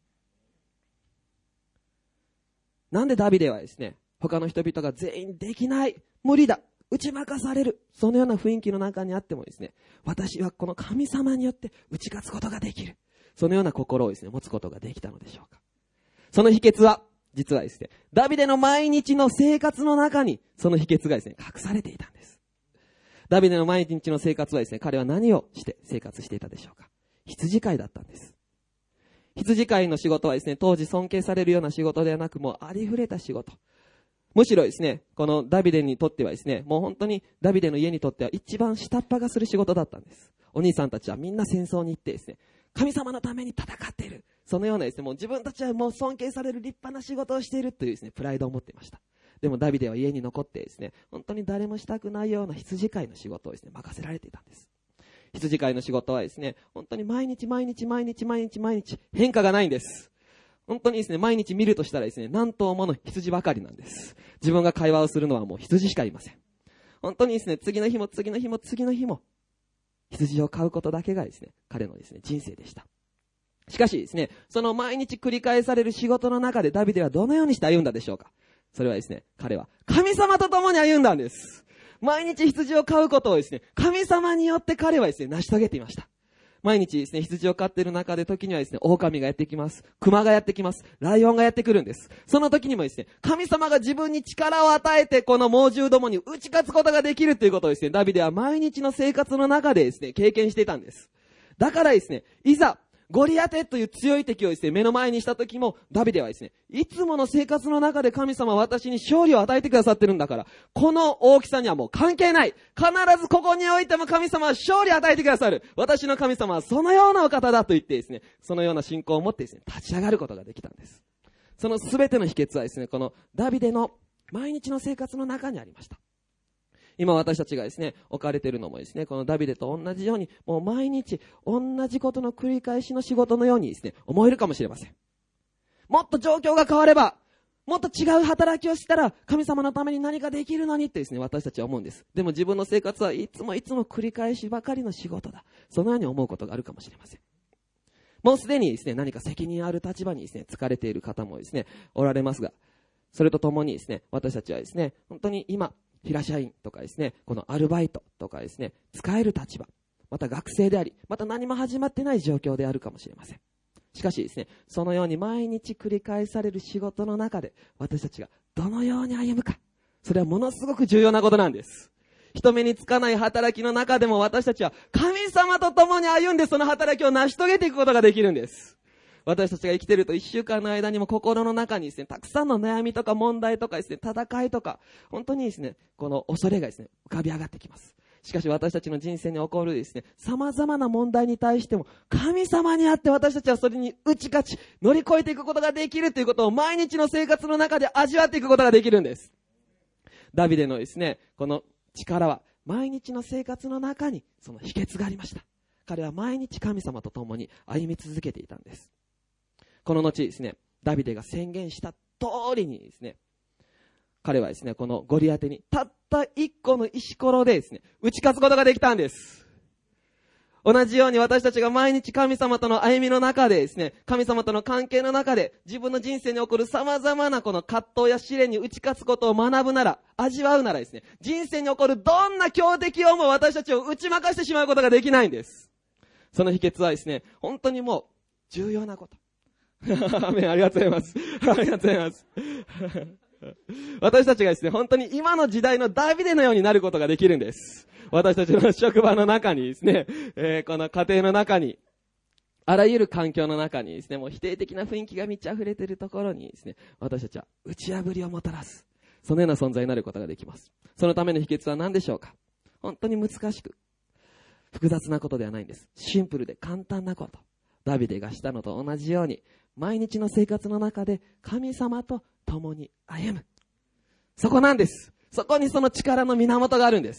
なんでダビデはですね、他の人々が全員できない、無理だ、打ち負かされる、そのような雰囲気の中にあってもですね、私はこの神様によって打ち勝つことができる。そのような心をですね、持つことができたのでしょうか。その秘訣は、実はですね、ダビデの毎日の生活の中に、その秘訣がですね、隠されていたんです。ダビデの毎日の生活はですね、彼は何をして生活していたでしょうか。羊飼いだったんです。羊飼いの仕事はですね、当時尊敬されるような仕事ではなく、もうありふれた仕事。むしろですね、このダビデにとってはですね、もう本当にダビデの家にとっては一番下っ端がする仕事だったんです。お兄さんたちはみんな戦争に行ってですね、神様のために戦っている。そのようなですね、もう自分たちはもう尊敬される立派な仕事をしているというですね、プライドを持っていました。でもダビデは家に残ってですね、本当に誰もしたくないような羊飼いの仕事をですね、任せられていたんです。羊飼いの仕事はですね、本当に毎日毎日毎日毎日毎日変化がないんです。本当にですね、毎日見るとしたらですね、何頭もの羊ばかりなんです。自分が会話をするのはもう羊しかいません。本当にですね、次の日も次の日も次の日も羊を飼うことだけがですね、彼のですね、人生でした。しかしですね、その毎日繰り返される仕事の中でダビデはどのようにして歩んだでしょうか。それはですね、彼は神様と共に歩んだんです。毎日羊を飼うことをですね、神様によって彼はですね、成し遂げていました。毎日ですね、羊を飼っている中で時にはですね、狼がやってきます。熊がやってきます。ライオンがやってくるんです。その時にもですね、神様が自分に力を与えて、この猛獣どもに打ち勝つことができるということをですね、ダビデは毎日の生活の中でですね、経験していたんです。だからですね、いざ、ゴリアテという強い敵をですね、目の前にした時も、ダビデはですね、いつもの生活の中で神様は私に勝利を与えてくださってるんだから、この大きさにはもう関係ない。必ずここにおいても神様は勝利を与えてくださる。私の神様はそのようなお方だと言ってですね、そのような信仰を持ってですね、立ち上がることができたんです。そのすべての秘訣はですね、このダビデの毎日の生活の中にありました。今私たちがですね、置かれているのもですね、このダビデと同じように、もう毎日同じことの繰り返しの仕事のようにですね、思えるかもしれません。もっと状況が変われば、もっと違う働きをしたら、神様のために何かできるのにってですね、私たちは思うんです。でも自分の生活はいつもいつも繰り返しばかりの仕事だ。そのように思うことがあるかもしれません。もうすでにですね、何か責任ある立場にですね、疲れている方もですね、おられますが、それとともにですね、私たちはですね、本当に今、平社員とかですね、このアルバイトとかですね、使える立場、また学生であり、また何も始まってない状況であるかもしれません。しかしですね、そのように毎日繰り返される仕事の中で、私たちがどのように歩むか、それはものすごく重要なことなんです。人目につかない働きの中でも私たちは神様と共に歩んでその働きを成し遂げていくことができるんです。私たちが生きていると一週間の間にも心の中にですね、たくさんの悩みとか問題とかですね、戦いとか、本当にですね、この恐れがですね、浮かび上がってきます。しかし私たちの人生に起こるですね、様々な問題に対しても、神様にあって私たちはそれに打ち勝ち、乗り越えていくことができるということを毎日の生活の中で味わっていくことができるんです。ダビデのですね、この力は毎日の生活の中にその秘訣がありました。彼は毎日神様と共に歩み続けていたんです。この後ですね、ダビデが宣言した通りにですね、彼はですね、このゴリアテにたった一個の石ころでですね、打ち勝つことができたんです。同じように私たちが毎日神様との歩みの中でですね、神様との関係の中で自分の人生に起こる様々なこの葛藤や試練に打ち勝つことを学ぶなら、味わうならですね、人生に起こるどんな強敵をも私たちを打ち負かしてしまうことができないんです。その秘訣はですね、本当にもう重要なこと。ありがとうございます。ありがとうございます。私たちがですね、本当に今の時代のダビデのようになることができるんです。私たちの職場の中にですね、えー、この家庭の中に、あらゆる環境の中にですね、もう否定的な雰囲気が満ち溢れているところにですね、私たちは打ち破りをもたらす。そのような存在になることができます。そのための秘訣は何でしょうか。本当に難しく、複雑なことではないんです。シンプルで簡単なこと。 ダビデがしたのと同じように、毎日の生活の中で神様と共に歩む。そこなんです。そこにその力の源があるんです。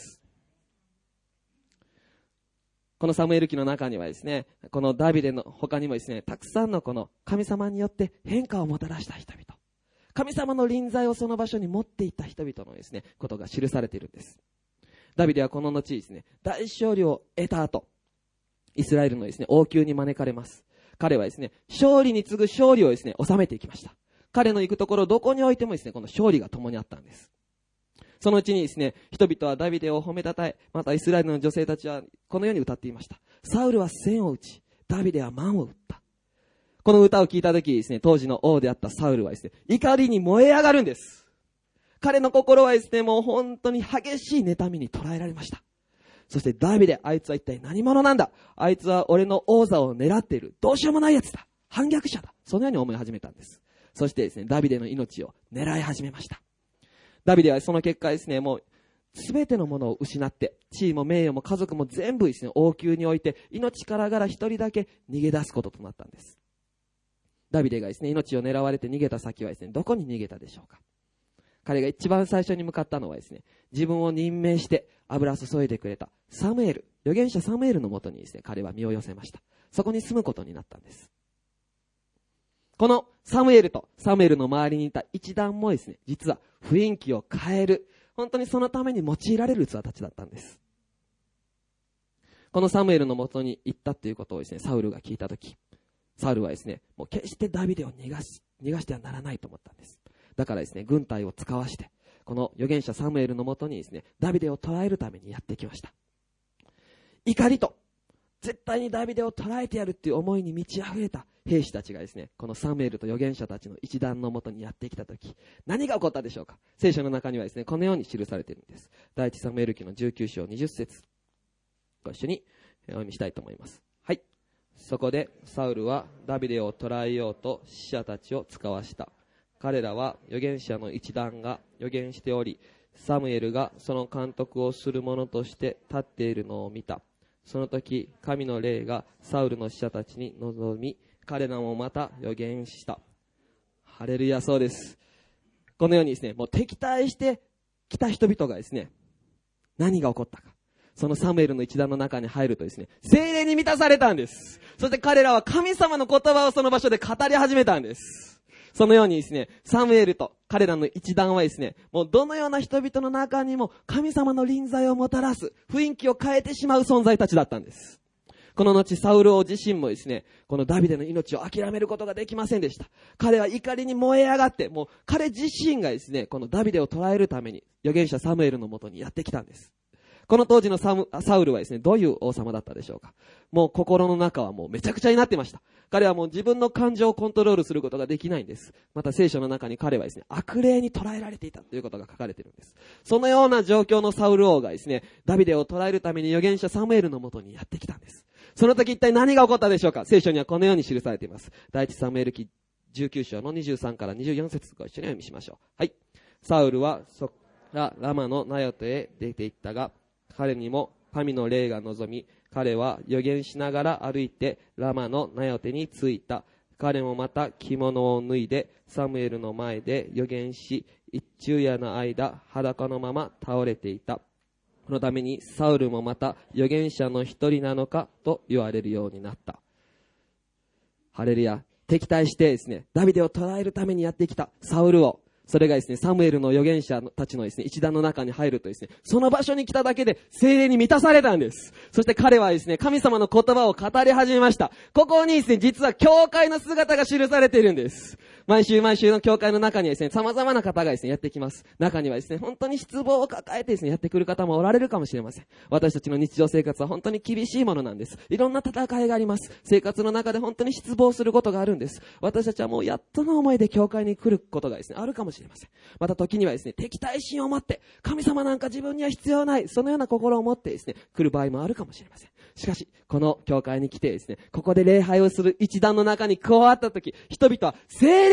このサムエル記の中にはですね、このダビデの他にもですね、たくさんのこの神様によって変化をもたらした人々、神様の臨在をその場所に持っていった人々のですね、ことが記されているんです。ダビデはこの後ですね、大勝利を得た後、イスラエルのですね、王宮に招かれます。彼はですね、勝利に次ぐ勝利をですね、収めていきました。彼の行くところどこにおいてもですね、この勝利が共にあったんです。そのうちにですね、人々はダビデを褒めたたえ、またイスラエルの女性たちはこのように歌っていました。サウルは千を打ち、ダビデは万を打った。この歌を聞いたときですね、当時の王であったサウルはですね、怒りに燃え上がるんです。彼の心はですね、もう本当に激しい妬みに捉えられました。そしてダビデ、あいつは一体何者なんだ、あいつは俺の王座を狙っている、どうしようもないやつだ、反逆者だ、そのように思い始めたんです。そしてですね、ダビデの命を狙い始めました。ダビデはその結果ですね、もう全てのものを失って、地位も名誉も家族も全部ですね、王宮において命からがら一人だけ逃げ出すこととなったんです。ダビデがですね、命を狙われて逃げた先はですね、どこに逃げたでしょうか。彼が一番最初に向かったのはですね、自分を任命して油を注いでくれたサムエル、預言者サムエルのもとにですね、彼は身を寄せました。そこに住むことになったんです。このサムエルとサムエルの周りにいた一団もですね、実は雰囲気を変える、本当にそのために用いられる器たちだったんです。このサムエルのもとに行ったということをですね、サウルが聞いたとき、サウルはですね、もう決してダビデを逃がし、逃がしてはならないと思ったんです。だからですね、軍隊を使わして、この預言者サムエルのもとにですね、ダビデを捕らえるためにやってきました。怒りと、絶対にダビデを捕らえてやるっていう思いに満ち溢れた兵士たちがですね、このサムエルと預言者たちの一団のもとにやってきたとき、何が起こったでしょうか。聖書の中にはですね、このように記されているんです。第一サムエル記のじゅうきゅう章にじゅっ節、ご一緒にお読みしたいと思います。はい。そこでサウルはダビデを捕らえようと使者たちを使わした。彼らは預言者の一団が預言しており、サムエルがその監督をする者として立っているのを見た。その時、神の霊がサウルの使者たちに臨み、彼らもまた預言した。ハレルヤ、そうです。このようにですね、もう敵対してきた人々がですね、何が起こったか。そのサムエルの一団の中に入るとですね、聖霊に満たされたんです。そして彼らは神様の言葉をその場所で語り始めたんです。そのようにですね、サムエルと彼らの一団はですね、もうどのような人々の中にも神様の臨在をもたらす、雰囲気を変えてしまう存在たちだったんです。この後、サウル王自身もですね、このダビデの命を諦めることができませんでした。彼は怒りに燃え上がって、もう彼自身がですね、このダビデを捕らえるために預言者サムエルのもとにやってきたんです。この当時のサム、サウルはですね、どういう王様だったでしょうか。もう心の中はもうめちゃくちゃになってました。彼はもう自分の感情をコントロールすることができないんです。また聖書の中に彼はですね、悪霊に捕らえられていたということが書かれているんです。そのような状況のサウル王がですね、ダビデを捕らえるために預言者サムエルのもとにやってきたんです。その時一体何が起こったでしょうか。聖書にはこのように記されています。第一サムエル記じゅうきゅう章のにじゅうさんからにじゅうよん節ご一緒にお読みしましょう。はい。サウルはそこからラマのナヨトへ出て行ったが、彼にも神の霊が望み、彼は預言しながら歩いてラマのナヨテに着いた。彼もまた着物を脱いでサムエルの前で預言し、一昼夜の間裸のまま倒れていた。このためにサウルもまた預言者の一人なのかと言われるようになった。ハレルヤ。敵対してですね、ダビデを捕らえるためにやってきたサウル王。それがですね、サムエルの預言者たちのですね、一団の中に入るとですね、その場所に来ただけで聖霊に満たされたんです。そして彼はですね、神様の言葉を語り始めました。ここにですね、実は教会の姿が記されているんです。毎週毎週の教会の中にはですね、様々な方がですね、やってきます。中にはですね、本当に失望を抱えてですね、やってくる方もおられるかもしれません。私たちの日常生活は本当に厳しいものなんです。いろんな戦いがあります。生活の中で本当に失望することがあるんです。私たちはもうやっとの思いで教会に来ることがですね、あるかもしれません。また時にはですね、敵対心を持って、神様なんか自分には必要ない、そのような心を持ってですね、来る場合もあるかもしれません。しかし、この教会に来てですね、ここで礼拝をする一団の中に加わった時、人々は聖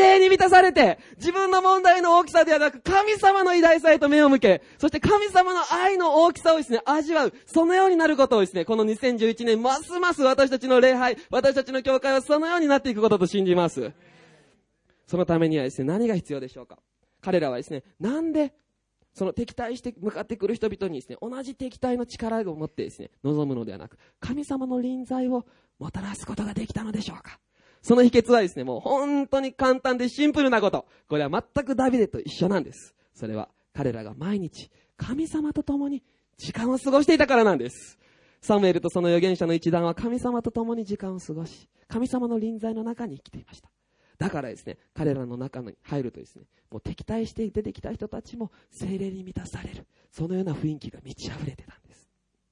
霊に満たされて、自分の問題の大きさではなく、神様の偉大さへと目を向け、そして神様の愛の大きさをですね、味わう、そのようになることをですね、このにせんじゅういちねん、ますます私たちの礼拝、私たちの教会はそのようになっていくことと信じます。そのためにはですね、何が必要でしょうか。彼らはですね、なんで、その敵対して向かってくる人々にですね、同じ敵対の力を持ってですね、望むのではなく、神様の臨在をもたらすことができたのでしょうか。その秘訣はですね、もう本当に簡単でシンプルなこと。これは全くダビデと一緒なんです。それは彼らが毎日神様と共に時間を過ごしていたからなんです。サムエルとその預言者の一団は神様と共に時間を過ごし、神様の臨在の中に生きていました。だからですね、彼らの中に入るとですね、もう敵対して出てきた人たちも聖霊に満たされる、そのような雰囲気が満ち溢れてたんです。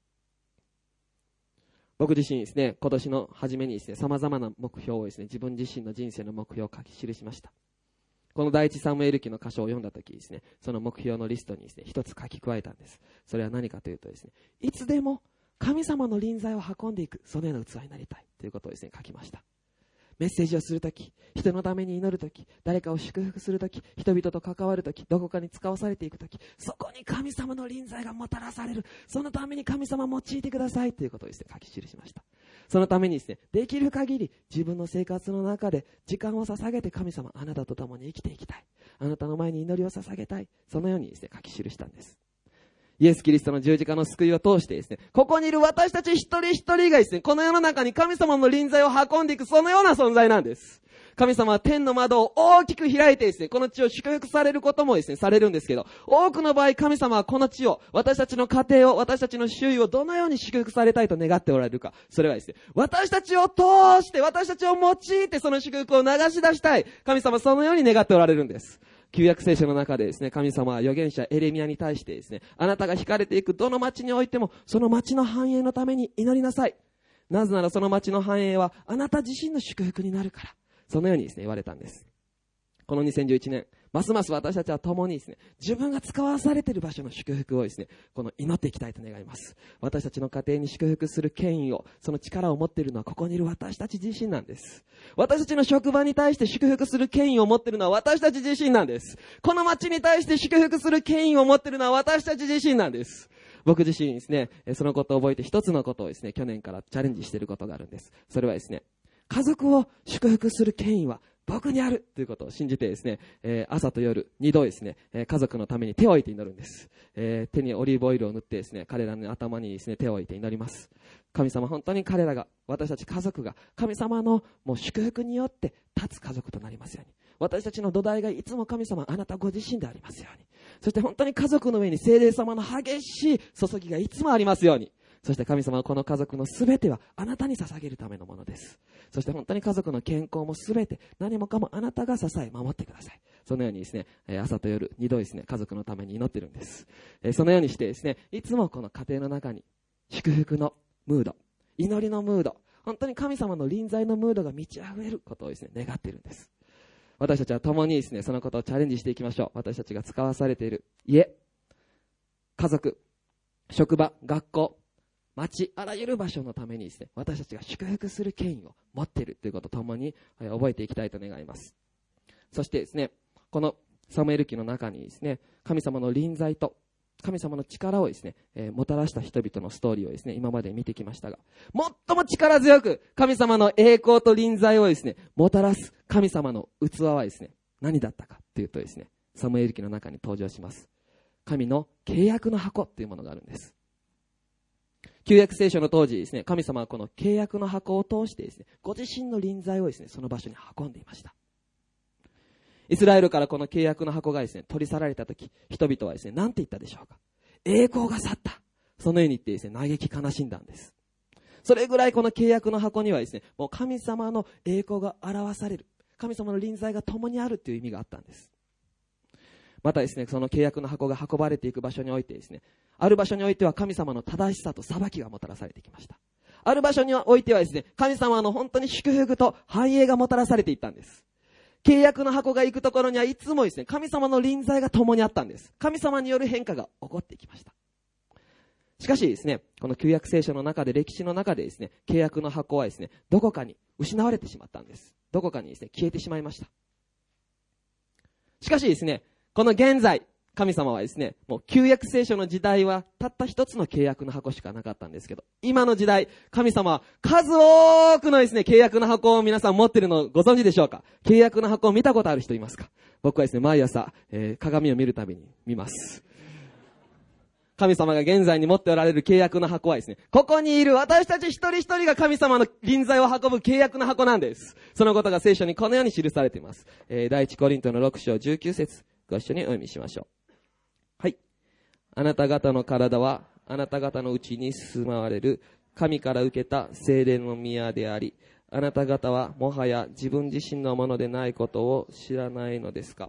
僕自身ですね、今年の初めにですね、様々な目標をですね、自分自身の人生の目標を書き記しました。この第一サムエル記の箇所を読んだときですね、その目標のリストにですね、一つ書き加えたんです。それは何かというとですね、いつでも神様の臨在を運んでいく、そのような器になりたいということをですね、書きました。メッセージをするとき、人のために祈るとき、誰かを祝福するとき、人々と関わるとき、どこかに使わされていくとき、そこに神様の臨在がもたらされる。そのために神様を用いてくださいということをですね、書き記しました。そのためにですね、できる限り自分の生活の中で時間を捧げて神様、あなたと共に生きていきたい。あなたの前に祈りを捧げたい。そのようにですね、書き記したんです。イエス・キリストの十字架の救いを通してですね、ここにいる私たち一人一人がですね、この世の中に神様の臨在を運んでいく、そのような存在なんです。神様は天の窓を大きく開いてですね、この地を祝福されることもですね、されるんですけど、多くの場合神様はこの地を、私たちの家庭を、私たちの周囲をどのように祝福されたいと願っておられるか。それはですね、私たちを通して、私たちを用いてその祝福を流し出したい。神様はそのように願っておられるんです。旧約聖書の中でですね、神様は預言者エレミヤに対してですね、あなたが惹かれていくどの町においても、その町の繁栄のために祈りなさい。なぜならその町の繁栄はあなた自身の祝福になるから。そのようにですね、言われたんです。このにせんじゅういちねん、ますます私たちは共にですね、自分が使わされている場所の祝福をですね、この祈っていきたいと願います。私たちの家庭に祝福する権威を、その力を持っているのはここにいる私たち自身なんです。私たちの職場に対して祝福する権威を持っているのは私たち自身なんです。この町に対して祝福する権威を持っているのは私たち自身なんです。僕自身ですね、そのことを覚えて一つのことをですね、去年からチャレンジしていることがあるんです。それはですね、家族を祝福する権威は僕にあるということを信じてですね、えー、朝と夜二度ですね、えー、家族のために手を置いて祈るんです、えー、手にオリーブオイルを塗ってですね、彼らの頭にですね、手を置いて祈ります。神様、本当に彼らが、私たち家族が神様のもう祝福によって立つ家族となりますように、私たちの土台がいつも神様、あなたご自身でありますように、そして本当に家族の上に聖霊様の激しい注ぎがいつもありますように、そして神様はこの家族のすべてはあなたに捧げるためのものです。そして本当に家族の健康もすべて何もかもあなたが支え守ってください。そのようにですね、朝と夜二度ですね、家族のために祈っているんです。そのようにしてですね、いつもこの家庭の中に祝福のムード、祈りのムード、本当に神様の臨在のムードが満ち溢れることをですね、願っているんです。私たちは共にですね、そのことをチャレンジしていきましょう。私たちが使わされている家、家族、職場、学校、町、あらゆる場所のためにですね、私たちが祝福する権威を持っているということとともに覚えていきたいと願います。そしてですね、このサムエル記の中にですね、神様の臨在と神様の力をですね、えー、もたらした人々のストーリーをですね、今まで見てきましたが、最も力強く神様の栄光と臨在をですね、もたらす神様の器はですね、何だったかというとですね、サムエル記の中に登場します。神の契約の箱というものがあるんです。旧約聖書の当時ですね、神様はこの契約の箱を通してですね、ご自身の臨在をですね、その場所に運んでいました。イスラエルからこの契約の箱がですね、取り去られたとき、人々はですね、何て言ったでしょうか。栄光が去った。そのように言ってですね、嘆き悲しんだんです。それぐらいこの契約の箱にはですね、もう神様の栄光が表される。神様の臨在が共にあるという意味があったんです。またですね、その契約の箱が運ばれていく場所においてですね、ある場所においては神様の正しさと裁きがもたらされてきました。ある場所においてはですね、神様の本当に祝福と繁栄がもたらされていったんです。契約の箱が行くところにはいつもですね、神様の臨在が共にあったんです。神様による変化が起こっていきました。しかしですね、この旧約聖書の中で、歴史の中でですね、契約の箱はですね、どこかに失われてしまったんです。どこかにですね、消えてしまいました。 しかしですね、この現在、神様はですね、もう旧約聖書の時代はたった一つの契約の箱しかなかったんですけど、今の時代、神様は数多くのですね、契約の箱を皆さん持っているのをご存知でしょうか？契約の箱を見たことある人いますか？僕はですね、毎朝、えー、鏡を見るたびに見ます。神様が現在に持っておられる契約の箱はですね、ここにいる私たち一人一人が神様の臨在を運ぶ契約の箱なんです。そのことが聖書にこのように記されています。えー、第一コリントのろく章じゅうきゅう節、ご一緒にお読みしましょう。はい。あなた方の体はあなた方のうちに住まわれる神から受けた聖霊の宮であり、あなた方はもはや自分自身のものでないことを知らないのですか？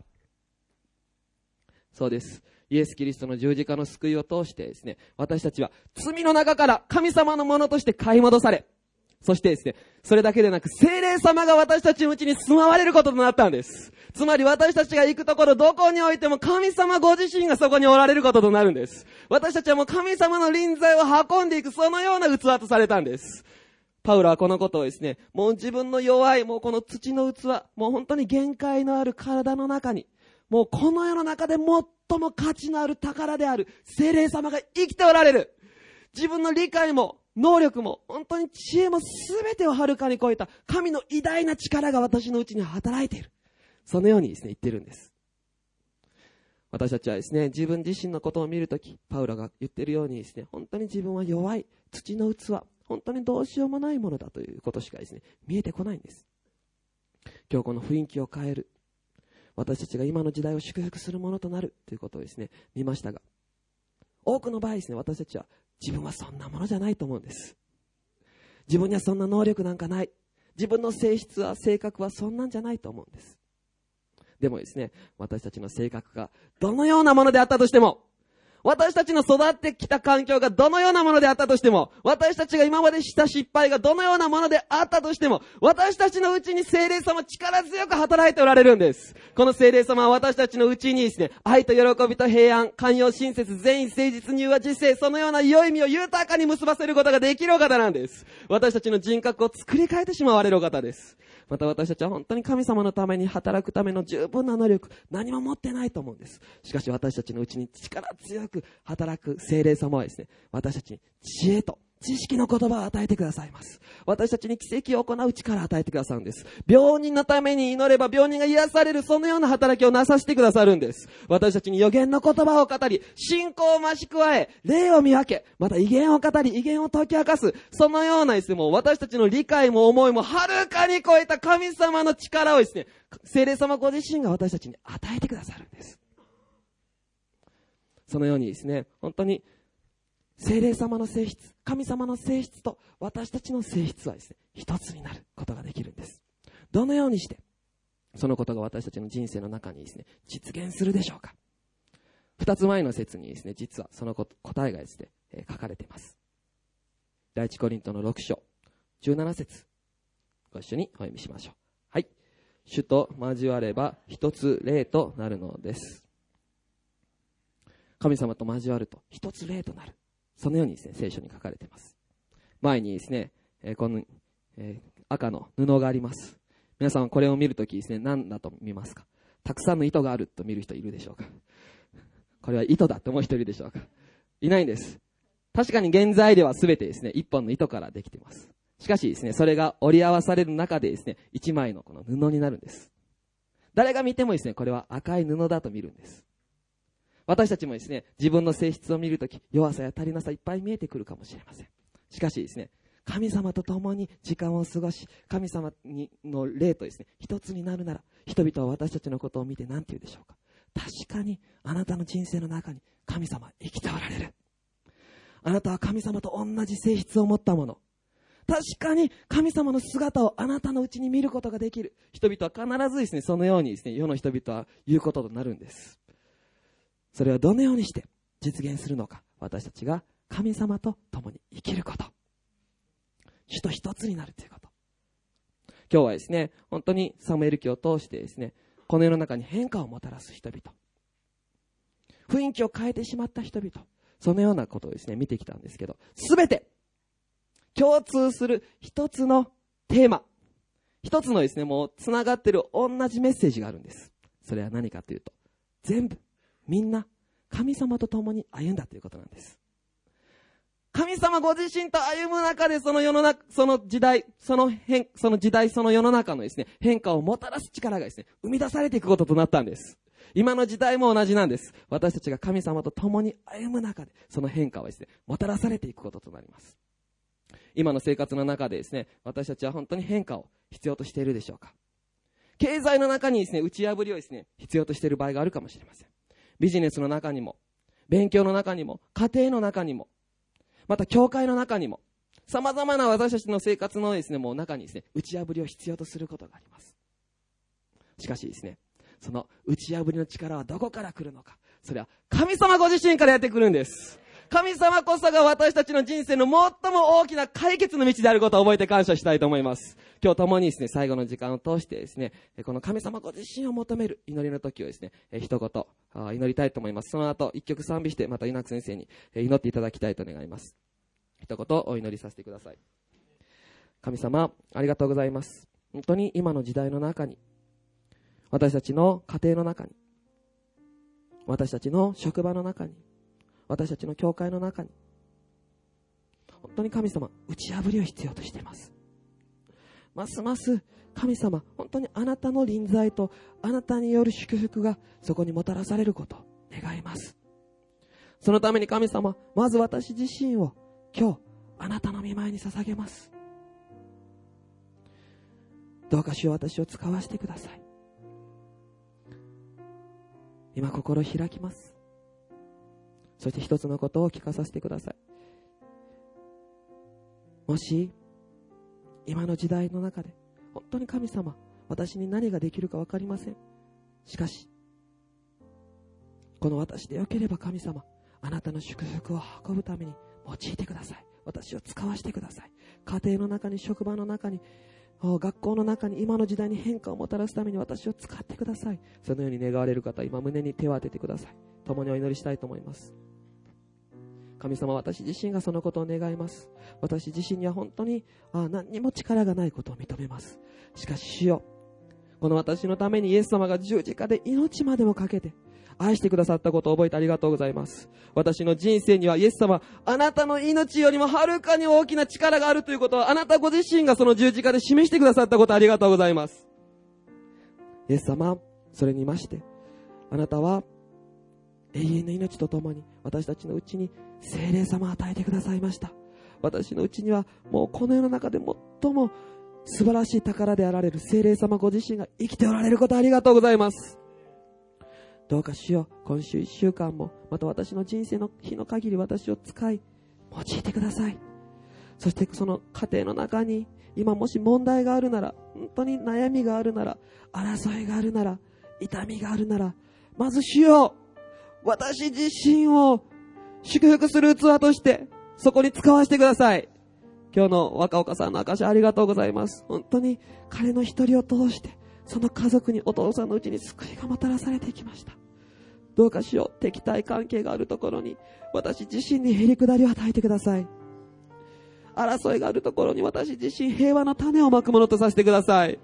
そうです。イエス・キリストの十字架の救いを通してですね、私たちは罪の中から神様のものとして買い戻され、そしてですね、それだけでなく聖霊様が私たちのうちに住まわれることとなったんです。つまり私たちが行くところどこにおいても神様ご自身がそこにおられることとなるんです。私たちはもう神様の臨在を運んでいくそのような器とされたんです。パウロはこのことをですね、もう自分の弱い、もうこの土の器、もう本当に限界のある体の中に、もうこの世の中で最も価値のある宝である聖霊様が生きておられる。自分の理解も能力も本当に知恵も全てをはるかに超えた神の偉大な力が私のうちに働いている。そのようにですね、言ってるんです。私たちはですね、自分自身のことを見るとき、パウロが言っているようにですね、本当に自分は弱い土の器、本当にどうしようもないものだということしかですね、見えてこないんです。今日この雰囲気を変える、私たちが今の時代を祝福するものとなるということをですね、見ましたが、多くの場合ですね、私たちは自分はそんなものじゃないと思うんです。自分にはそんな能力なんかない。自分の性質は性格はそんなんじゃないと思うんです。でもですね、私たちの性格がどのようなものであったとしても、私たちの育ってきた環境がどのようなものであったとしても、私たちが今までした失敗がどのようなものであったとしても、私たちのうちに聖霊様力強く働いておられるんです。この聖霊様は私たちのうちにですね、愛と喜びと平安、寛容、親切、善意、誠実、柔和、自制、そのような良い意味を豊かに結ばせることができるお方なんです。私たちの人格を作り変えてしまわれるお方です。また私たちは本当に神様のために働くための十分な能力、何も持ってないと思うんです。しかし私たちのうちに力強く働く聖霊様はですね、私たちに知恵と知識の言葉を与えてくださいます。私たちに奇跡を行う力を与えてくださるんです。病人のために祈れば病人が癒される、そのような働きをなさせてくださるんです。私たちに予言の言葉を語り、信仰を増し加え、霊を見分け、また威厳を語り、威厳を解き明かす、そのようなですね、もう私たちの理解も思いもはるかに超えた神様の力をですね、聖霊様ご自身が私たちに与えてくださるんです。そのようにですね、本当に聖霊様の性質、神様の性質と私たちの性質はですね、一つになることができるんです。どのようにしてそのことが私たちの人生の中にですね、実現するでしょうか。二つ前の説にですね、実はその答えがですね、えー、書かれています。第一コリントのろく章じゅうなな節、ご一緒にお読みしましょう。はい。主と交われば一つ霊となるのです。神様と交わると一つ霊となる。そのようにですね、聖書に書かれています。前にですね、えー、この、えー、赤の布があります。皆さんこれを見るときですね、何だと見ますか？たくさんの糸があると見る人いるでしょうか？これは糸だと思う人いるでしょうか？いないんです。確かに原材料はすべてですね、一本の糸からできています。しかしですね、それが織り合わされる中でですね、一枚のこの布になるんです。誰が見てもですね、これは赤い布だと見るんです。私たちもですね、自分の性質を見るとき、弱さや足りなさいっぱい見えてくるかもしれません。しかしですね、神様と共に時間を過ごし、神様にの霊とですね、一つになるなら、人々は私たちのことを見て何て言うでしょうか。確かにあなたの人生の中に神様は生きておられる。あなたは神様と同じ性質を持ったもの。確かに神様の姿をあなたのうちに見ることができる。人々は必ずですね、そのようにですね、世の人々は言うこととなるんです。それはどのようにして実現するのか。私たちが神様と共に生きること。主と一つになるということ。今日はですね、本当にサムエル記を通してですね、この世の中に変化をもたらす人々、雰囲気を変えてしまった人々、そのようなことをですね、見てきたんですけど、すべて共通する一つのテーマ、一つのですね、もうつながっている同じメッセージがあるんです。 それは何かというと、全部みんな神様と共に歩んだということなんです。神様ご自身と歩む中で、その世の中、その時代、その変、その時代、その世の中のですね、変化をもたらす力がですね、生み出されていくこととなったんです。今の時代も同じなんです。私たちが神様と共に歩む中で、その変化をですね、もたらされていくこととなります。今の生活の中でですね、私たちは本当に変化を必要としているでしょうか。経済の中にですね、打ち破りをですね、必要としている場合があるかもしれません。ビジネスの中にも、勉強の中にも、家庭の中にも、また教会の中にも、様々な私たちの生活のですね、もう中にですね、打ち破りを必要とすることがあります。しかしですね、その打ち破りの力はどこから来るのか。それは神様ご自身からやってくるんです。神様こそが私たちの人生の最も大きな解決の道であることを覚えて感謝したいと思います。今日共にですね、最後の時間を通してですね、この神様ご自身を求める祈りの時をですね、一言祈りたいと思います。その後、一曲賛美して、また稲久先生に祈っていただきたいと願います。一言お祈りさせてください。神様、ありがとうございます。本当に今の時代の中に、私たちの家庭の中に、私たちの職場の中に、私たちの教会の中に、本当に神様、打ち破りを必要としています。ますます神様、本当にあなたの臨在とあなたによる祝福がそこにもたらされることを願います。そのために神様、まず私自身を今日あなたの御前に捧げます。どうか主よ、私を使わせてください。今心を開きます。そして一つのことを聞かさせてください。もし今の時代の中で本当に神様、私に何ができるか分かりません。しかしこの私でよければ神様、あなたの祝福を運ぶために用いてください。私を使わせてください。家庭の中に、職場の中に、学校の中に、今の時代に変化をもたらすために私を使ってください。そのように願われる方、今胸に手を当ててください。共にお祈りしたいと思います。神様、私自身がそのことを願います。私自身には本当にあ何にも力がないことを認めます。しかし主よ、この私のためにイエス様が十字架で命までもかけて愛してくださったことを覚えてありがとうございます。私の人生にはイエス様、あなたの命よりもはるかに大きな力があるということを、あなたご自身がその十字架で示してくださったことをありがとうございます。イエス様、それにまして、あなたは永遠の命とともに私たちのうちに聖霊様を与えてくださいました。私のうちにはもうこの世の中で最も素晴らしい宝であられる聖霊様ご自身が生きておられることをありがとうございます。どうか主よ、今週一週間も、また私の人生の日の限り私を使い、用いてください。そしてその家庭の中に、今もし問題があるなら、本当に悩みがあるなら、争いがあるなら、痛みがあるなら、まず主よ、私自身を祝福する器として、そこに使わせてください。今日の若岡さんの証ありがとうございます。本当に彼の一人を通して、その家族に、お父さんのうちに救いがもたらされていきました。どうかしよう、敵対関係があるところに私自身にへりくだりを与えてください。争いがあるところに私自身平和の種をまくものとさせてください。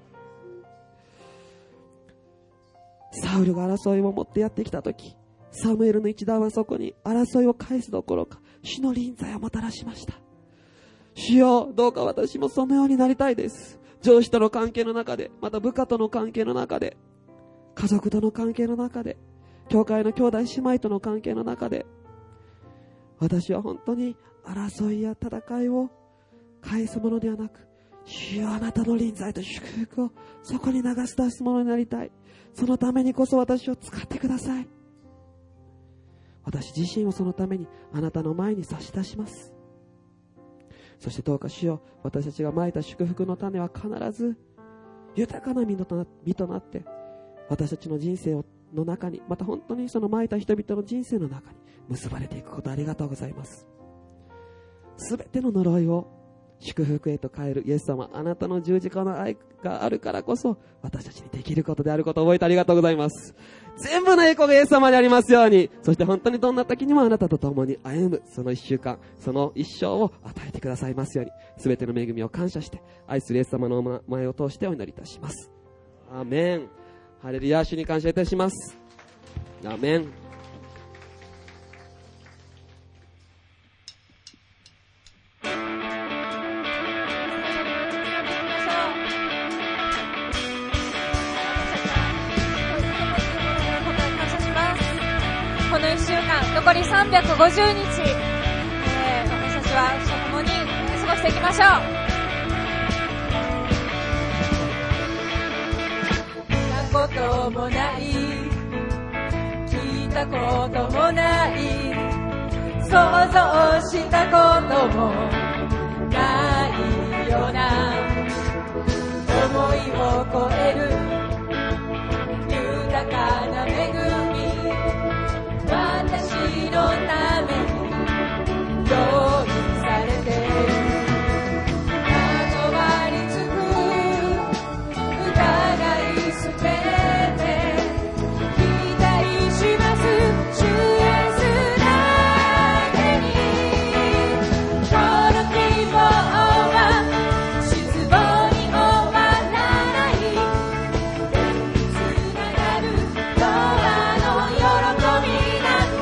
サウルが争いを持ってやってきたとき、サムエルの一団はそこに争いを返すどころか主の臨在をもたらしました。主よ、どうか私もそのようになりたいです。上司との関係の中で、また部下との関係の中で、家族との関係の中で、教会の兄弟姉妹との関係の中で、私は本当に争いや戦いを返すものではなく、主よ、あなたの臨在と祝福をそこに流し出すものになりたい。そのためにこそ私を使ってください。私自身をそのためにあなたの前に差し出します。そしてどうか主よ、私たちが蒔いた祝福の種は必ず豊かな実とな、実となって私たちの人生をの中に、また本当にその蒔いた人々の人生の中に結ばれていくことありがとうございます。すべての呪いを祝福へと変えるイエス様、あなたの十字架の愛があるからこそ私たちにできることであることを覚えてありがとうございます。全部の栄光がイエス様にありますように。そして本当にどんな時にもあなたと共に歩むその一週間、その一生を与えてくださいますように、すべての恵みを感謝して愛するイエス様の前を通してお祈りいたします。アーメン。 ハレルヤ、主に感謝いたします。アーメン。 このいっしゅうかん、残りさんびゃくごじゅうにち、えー、私たちは主と共に過ごしていきましょう。見たこともない、聞いたこともない、想像したこともないような思いを超える豊かな恵み、私のために用意されて、まとわりつく疑いすべて期待します。主イエスだけにこの希望は失望に終わらない、つながる永遠の喜び、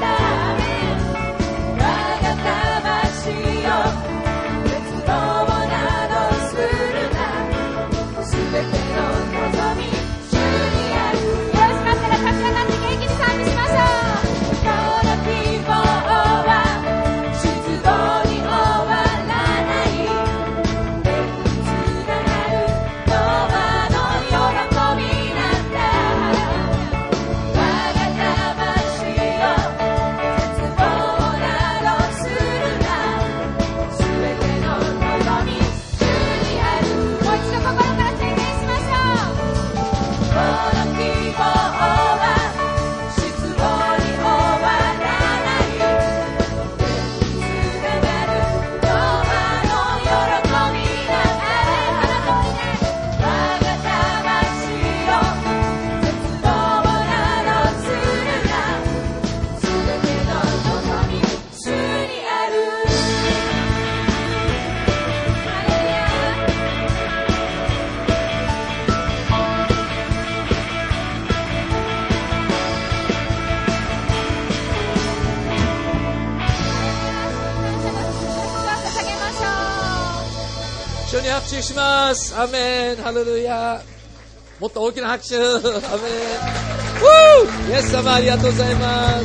拍手します。アメン。ハレルヤ。もっと大きな拍手。アメン。ウーイエス様ありがとうございます。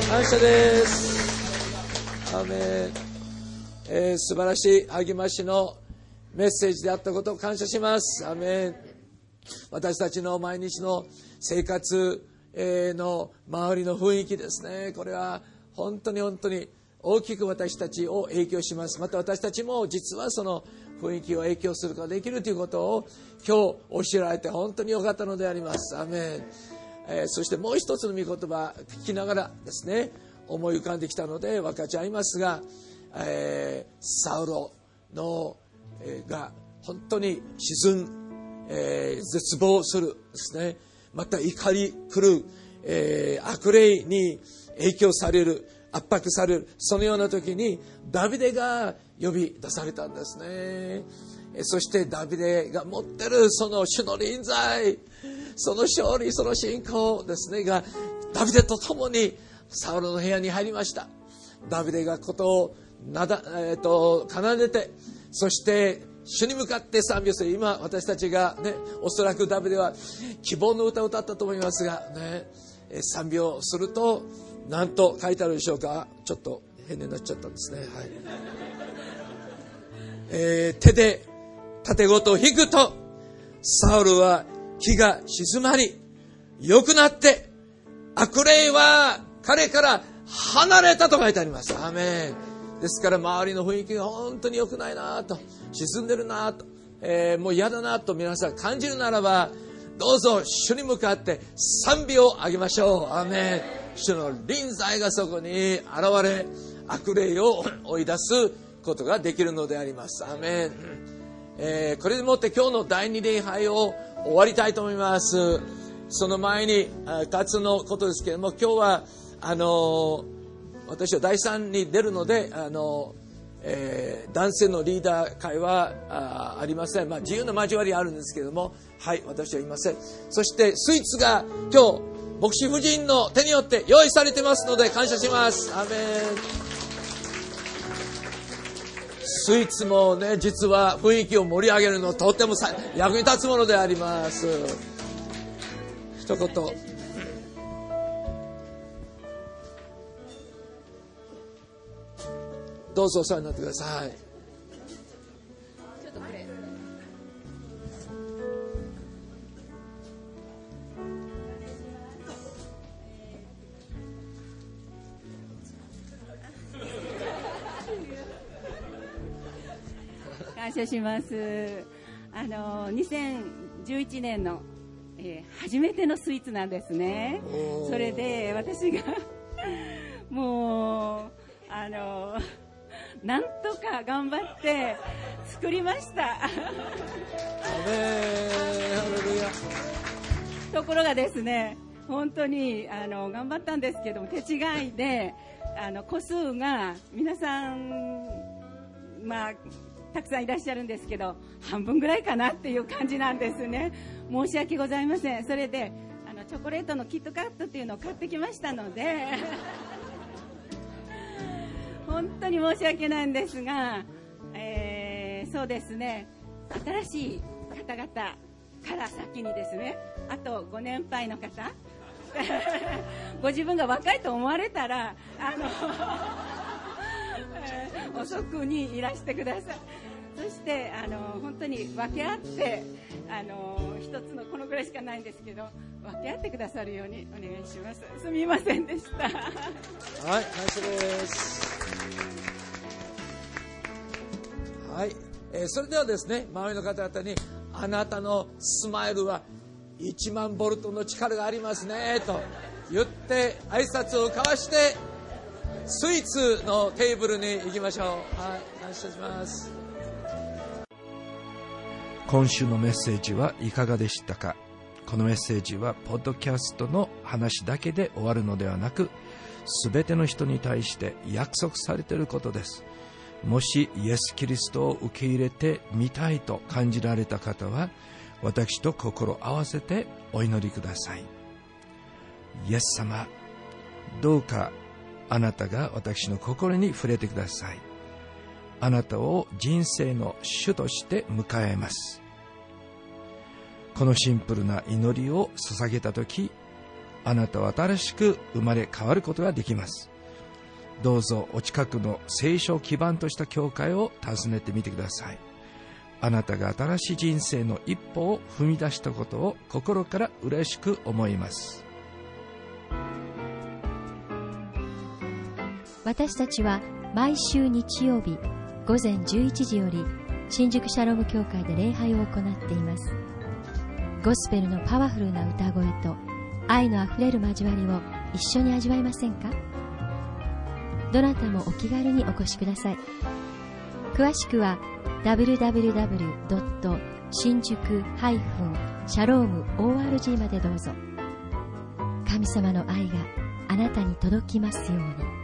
感謝です。アメン。えー、素晴らしい励ましのメッセージであったことを感謝します。アメン。私たちの毎日の生活の周りの雰囲気ですね。これは本当に本当に大きく私たちを影響します。また私たちも実はその雰囲気を影響することができるということを今日教えられて本当に良かったのであります。アメン。えー、そしてもう一つの御言葉聞きながらですね、思い浮かんできたので分かち合いますが、えー、サウロの、えー、が本当に沈ん、えー、絶望するですね。また怒り狂う、えー、悪霊に影響される、圧迫される、そのような時にダビデが呼び出されたんですね。そしてダビデが持ってるその主の臨在、その勝利、その信仰ですねがダビデと共にサウロの部屋に入りました。ダビデがことをなだ、えー、と奏でて、そして主に向かって賛美をする。今私たちがね、おそらくダビデは希望の歌を歌ったと思いますがね、賛美をすると何と書いてあるでしょうか。ちょっと変になっちゃったんですね。はい。えー、手で盾ごと引くとサウルは気が静まり良くなって、悪霊は彼から離れたと書いてあります。アーメン。ですから周りの雰囲気が本当に良くないなと、沈んでるなと、えー、もう嫌だなと皆さん感じるならば、どうぞ主に向かって賛美をあげましょう。アーメン。主の臨在がそこに現れ、悪霊を追い出すことができるのであります。アーメン。えー、これでもって今日の第二礼拝を終わりたいと思います。その前に二つのことですけれども、今日はあのー、私は第三に出るので、あのー、 えー、男性のリーダー会は あ, ありません。まあ、自由の交わりはあるんですけれども、はい、私はいません。そしてスイーツが今日牧師夫人の手によって用意されてますので感謝します。アーメン。スイーツもね、実は雰囲気を盛り上げるのとってもさ役に立つものであります。一言。どうぞお世話になってください。 感謝します。あのにせんじゅういちねんの、えー、初めてのスイーツなんですね。それで私がもうあのなんとか頑張って作りました。ところがですね、本当にあの頑張ったんですけども、手違いであの個数が皆さん、まあたくさんいらっしゃるんですけど、半分ぐらいかなっていう感じなんですね。申し訳ございません。それであのチョコレートのキットカットっていうのを買ってきましたので本当に申し訳ないんですが、えー、そうですね、新しい方々から先にですね、あとご年配の方ご自分が若いと思われたらあの遅くにいらしてください。そしてあの本当に分け合ってあの一つのこのぐらいしかないんですけど、分け合ってくださるようにお願いします。すみませんでした。はい、 ナイスです。はい、えー、それではですね、周りの方々にあなたのスマイルはいちまんボルトの力がありますねと言って挨拶を交わしてスイーツのテーブルに行きましょう。はい、感謝します。 今週のメッセージはいかがでしたか？このメッセージはポッドキャストの話だけで終わるのではなく、すべての人に対して約束されていることです。もしイエス・キリストを受け入れてみたいと感じられた方は、私と心合わせてお祈りください。イエス様、どうかあなたが私の心に触れてください。あなたを人生の主として迎えます。このシンプルな祈りを捧げたとき、あなたは新しく生まれ変わることができます。どうぞお近くの聖書を基盤とした教会を訪ねてみてください。あなたが新しい人生の一歩を踏み出したことを心から嬉しく思います。 私たちは毎週日曜日午前じゅういちじより新宿シャローム教会で礼拝を行っています。ゴスペルのパワフルな歌声と愛のあふれる交わりを一緒に味わいませんか？どなたもお気軽にお越しください。詳しくは ダブリューダブリューダブリュードットシンジュクシャロームオーアールジー までどうぞ。神様の愛があなたに届きますように。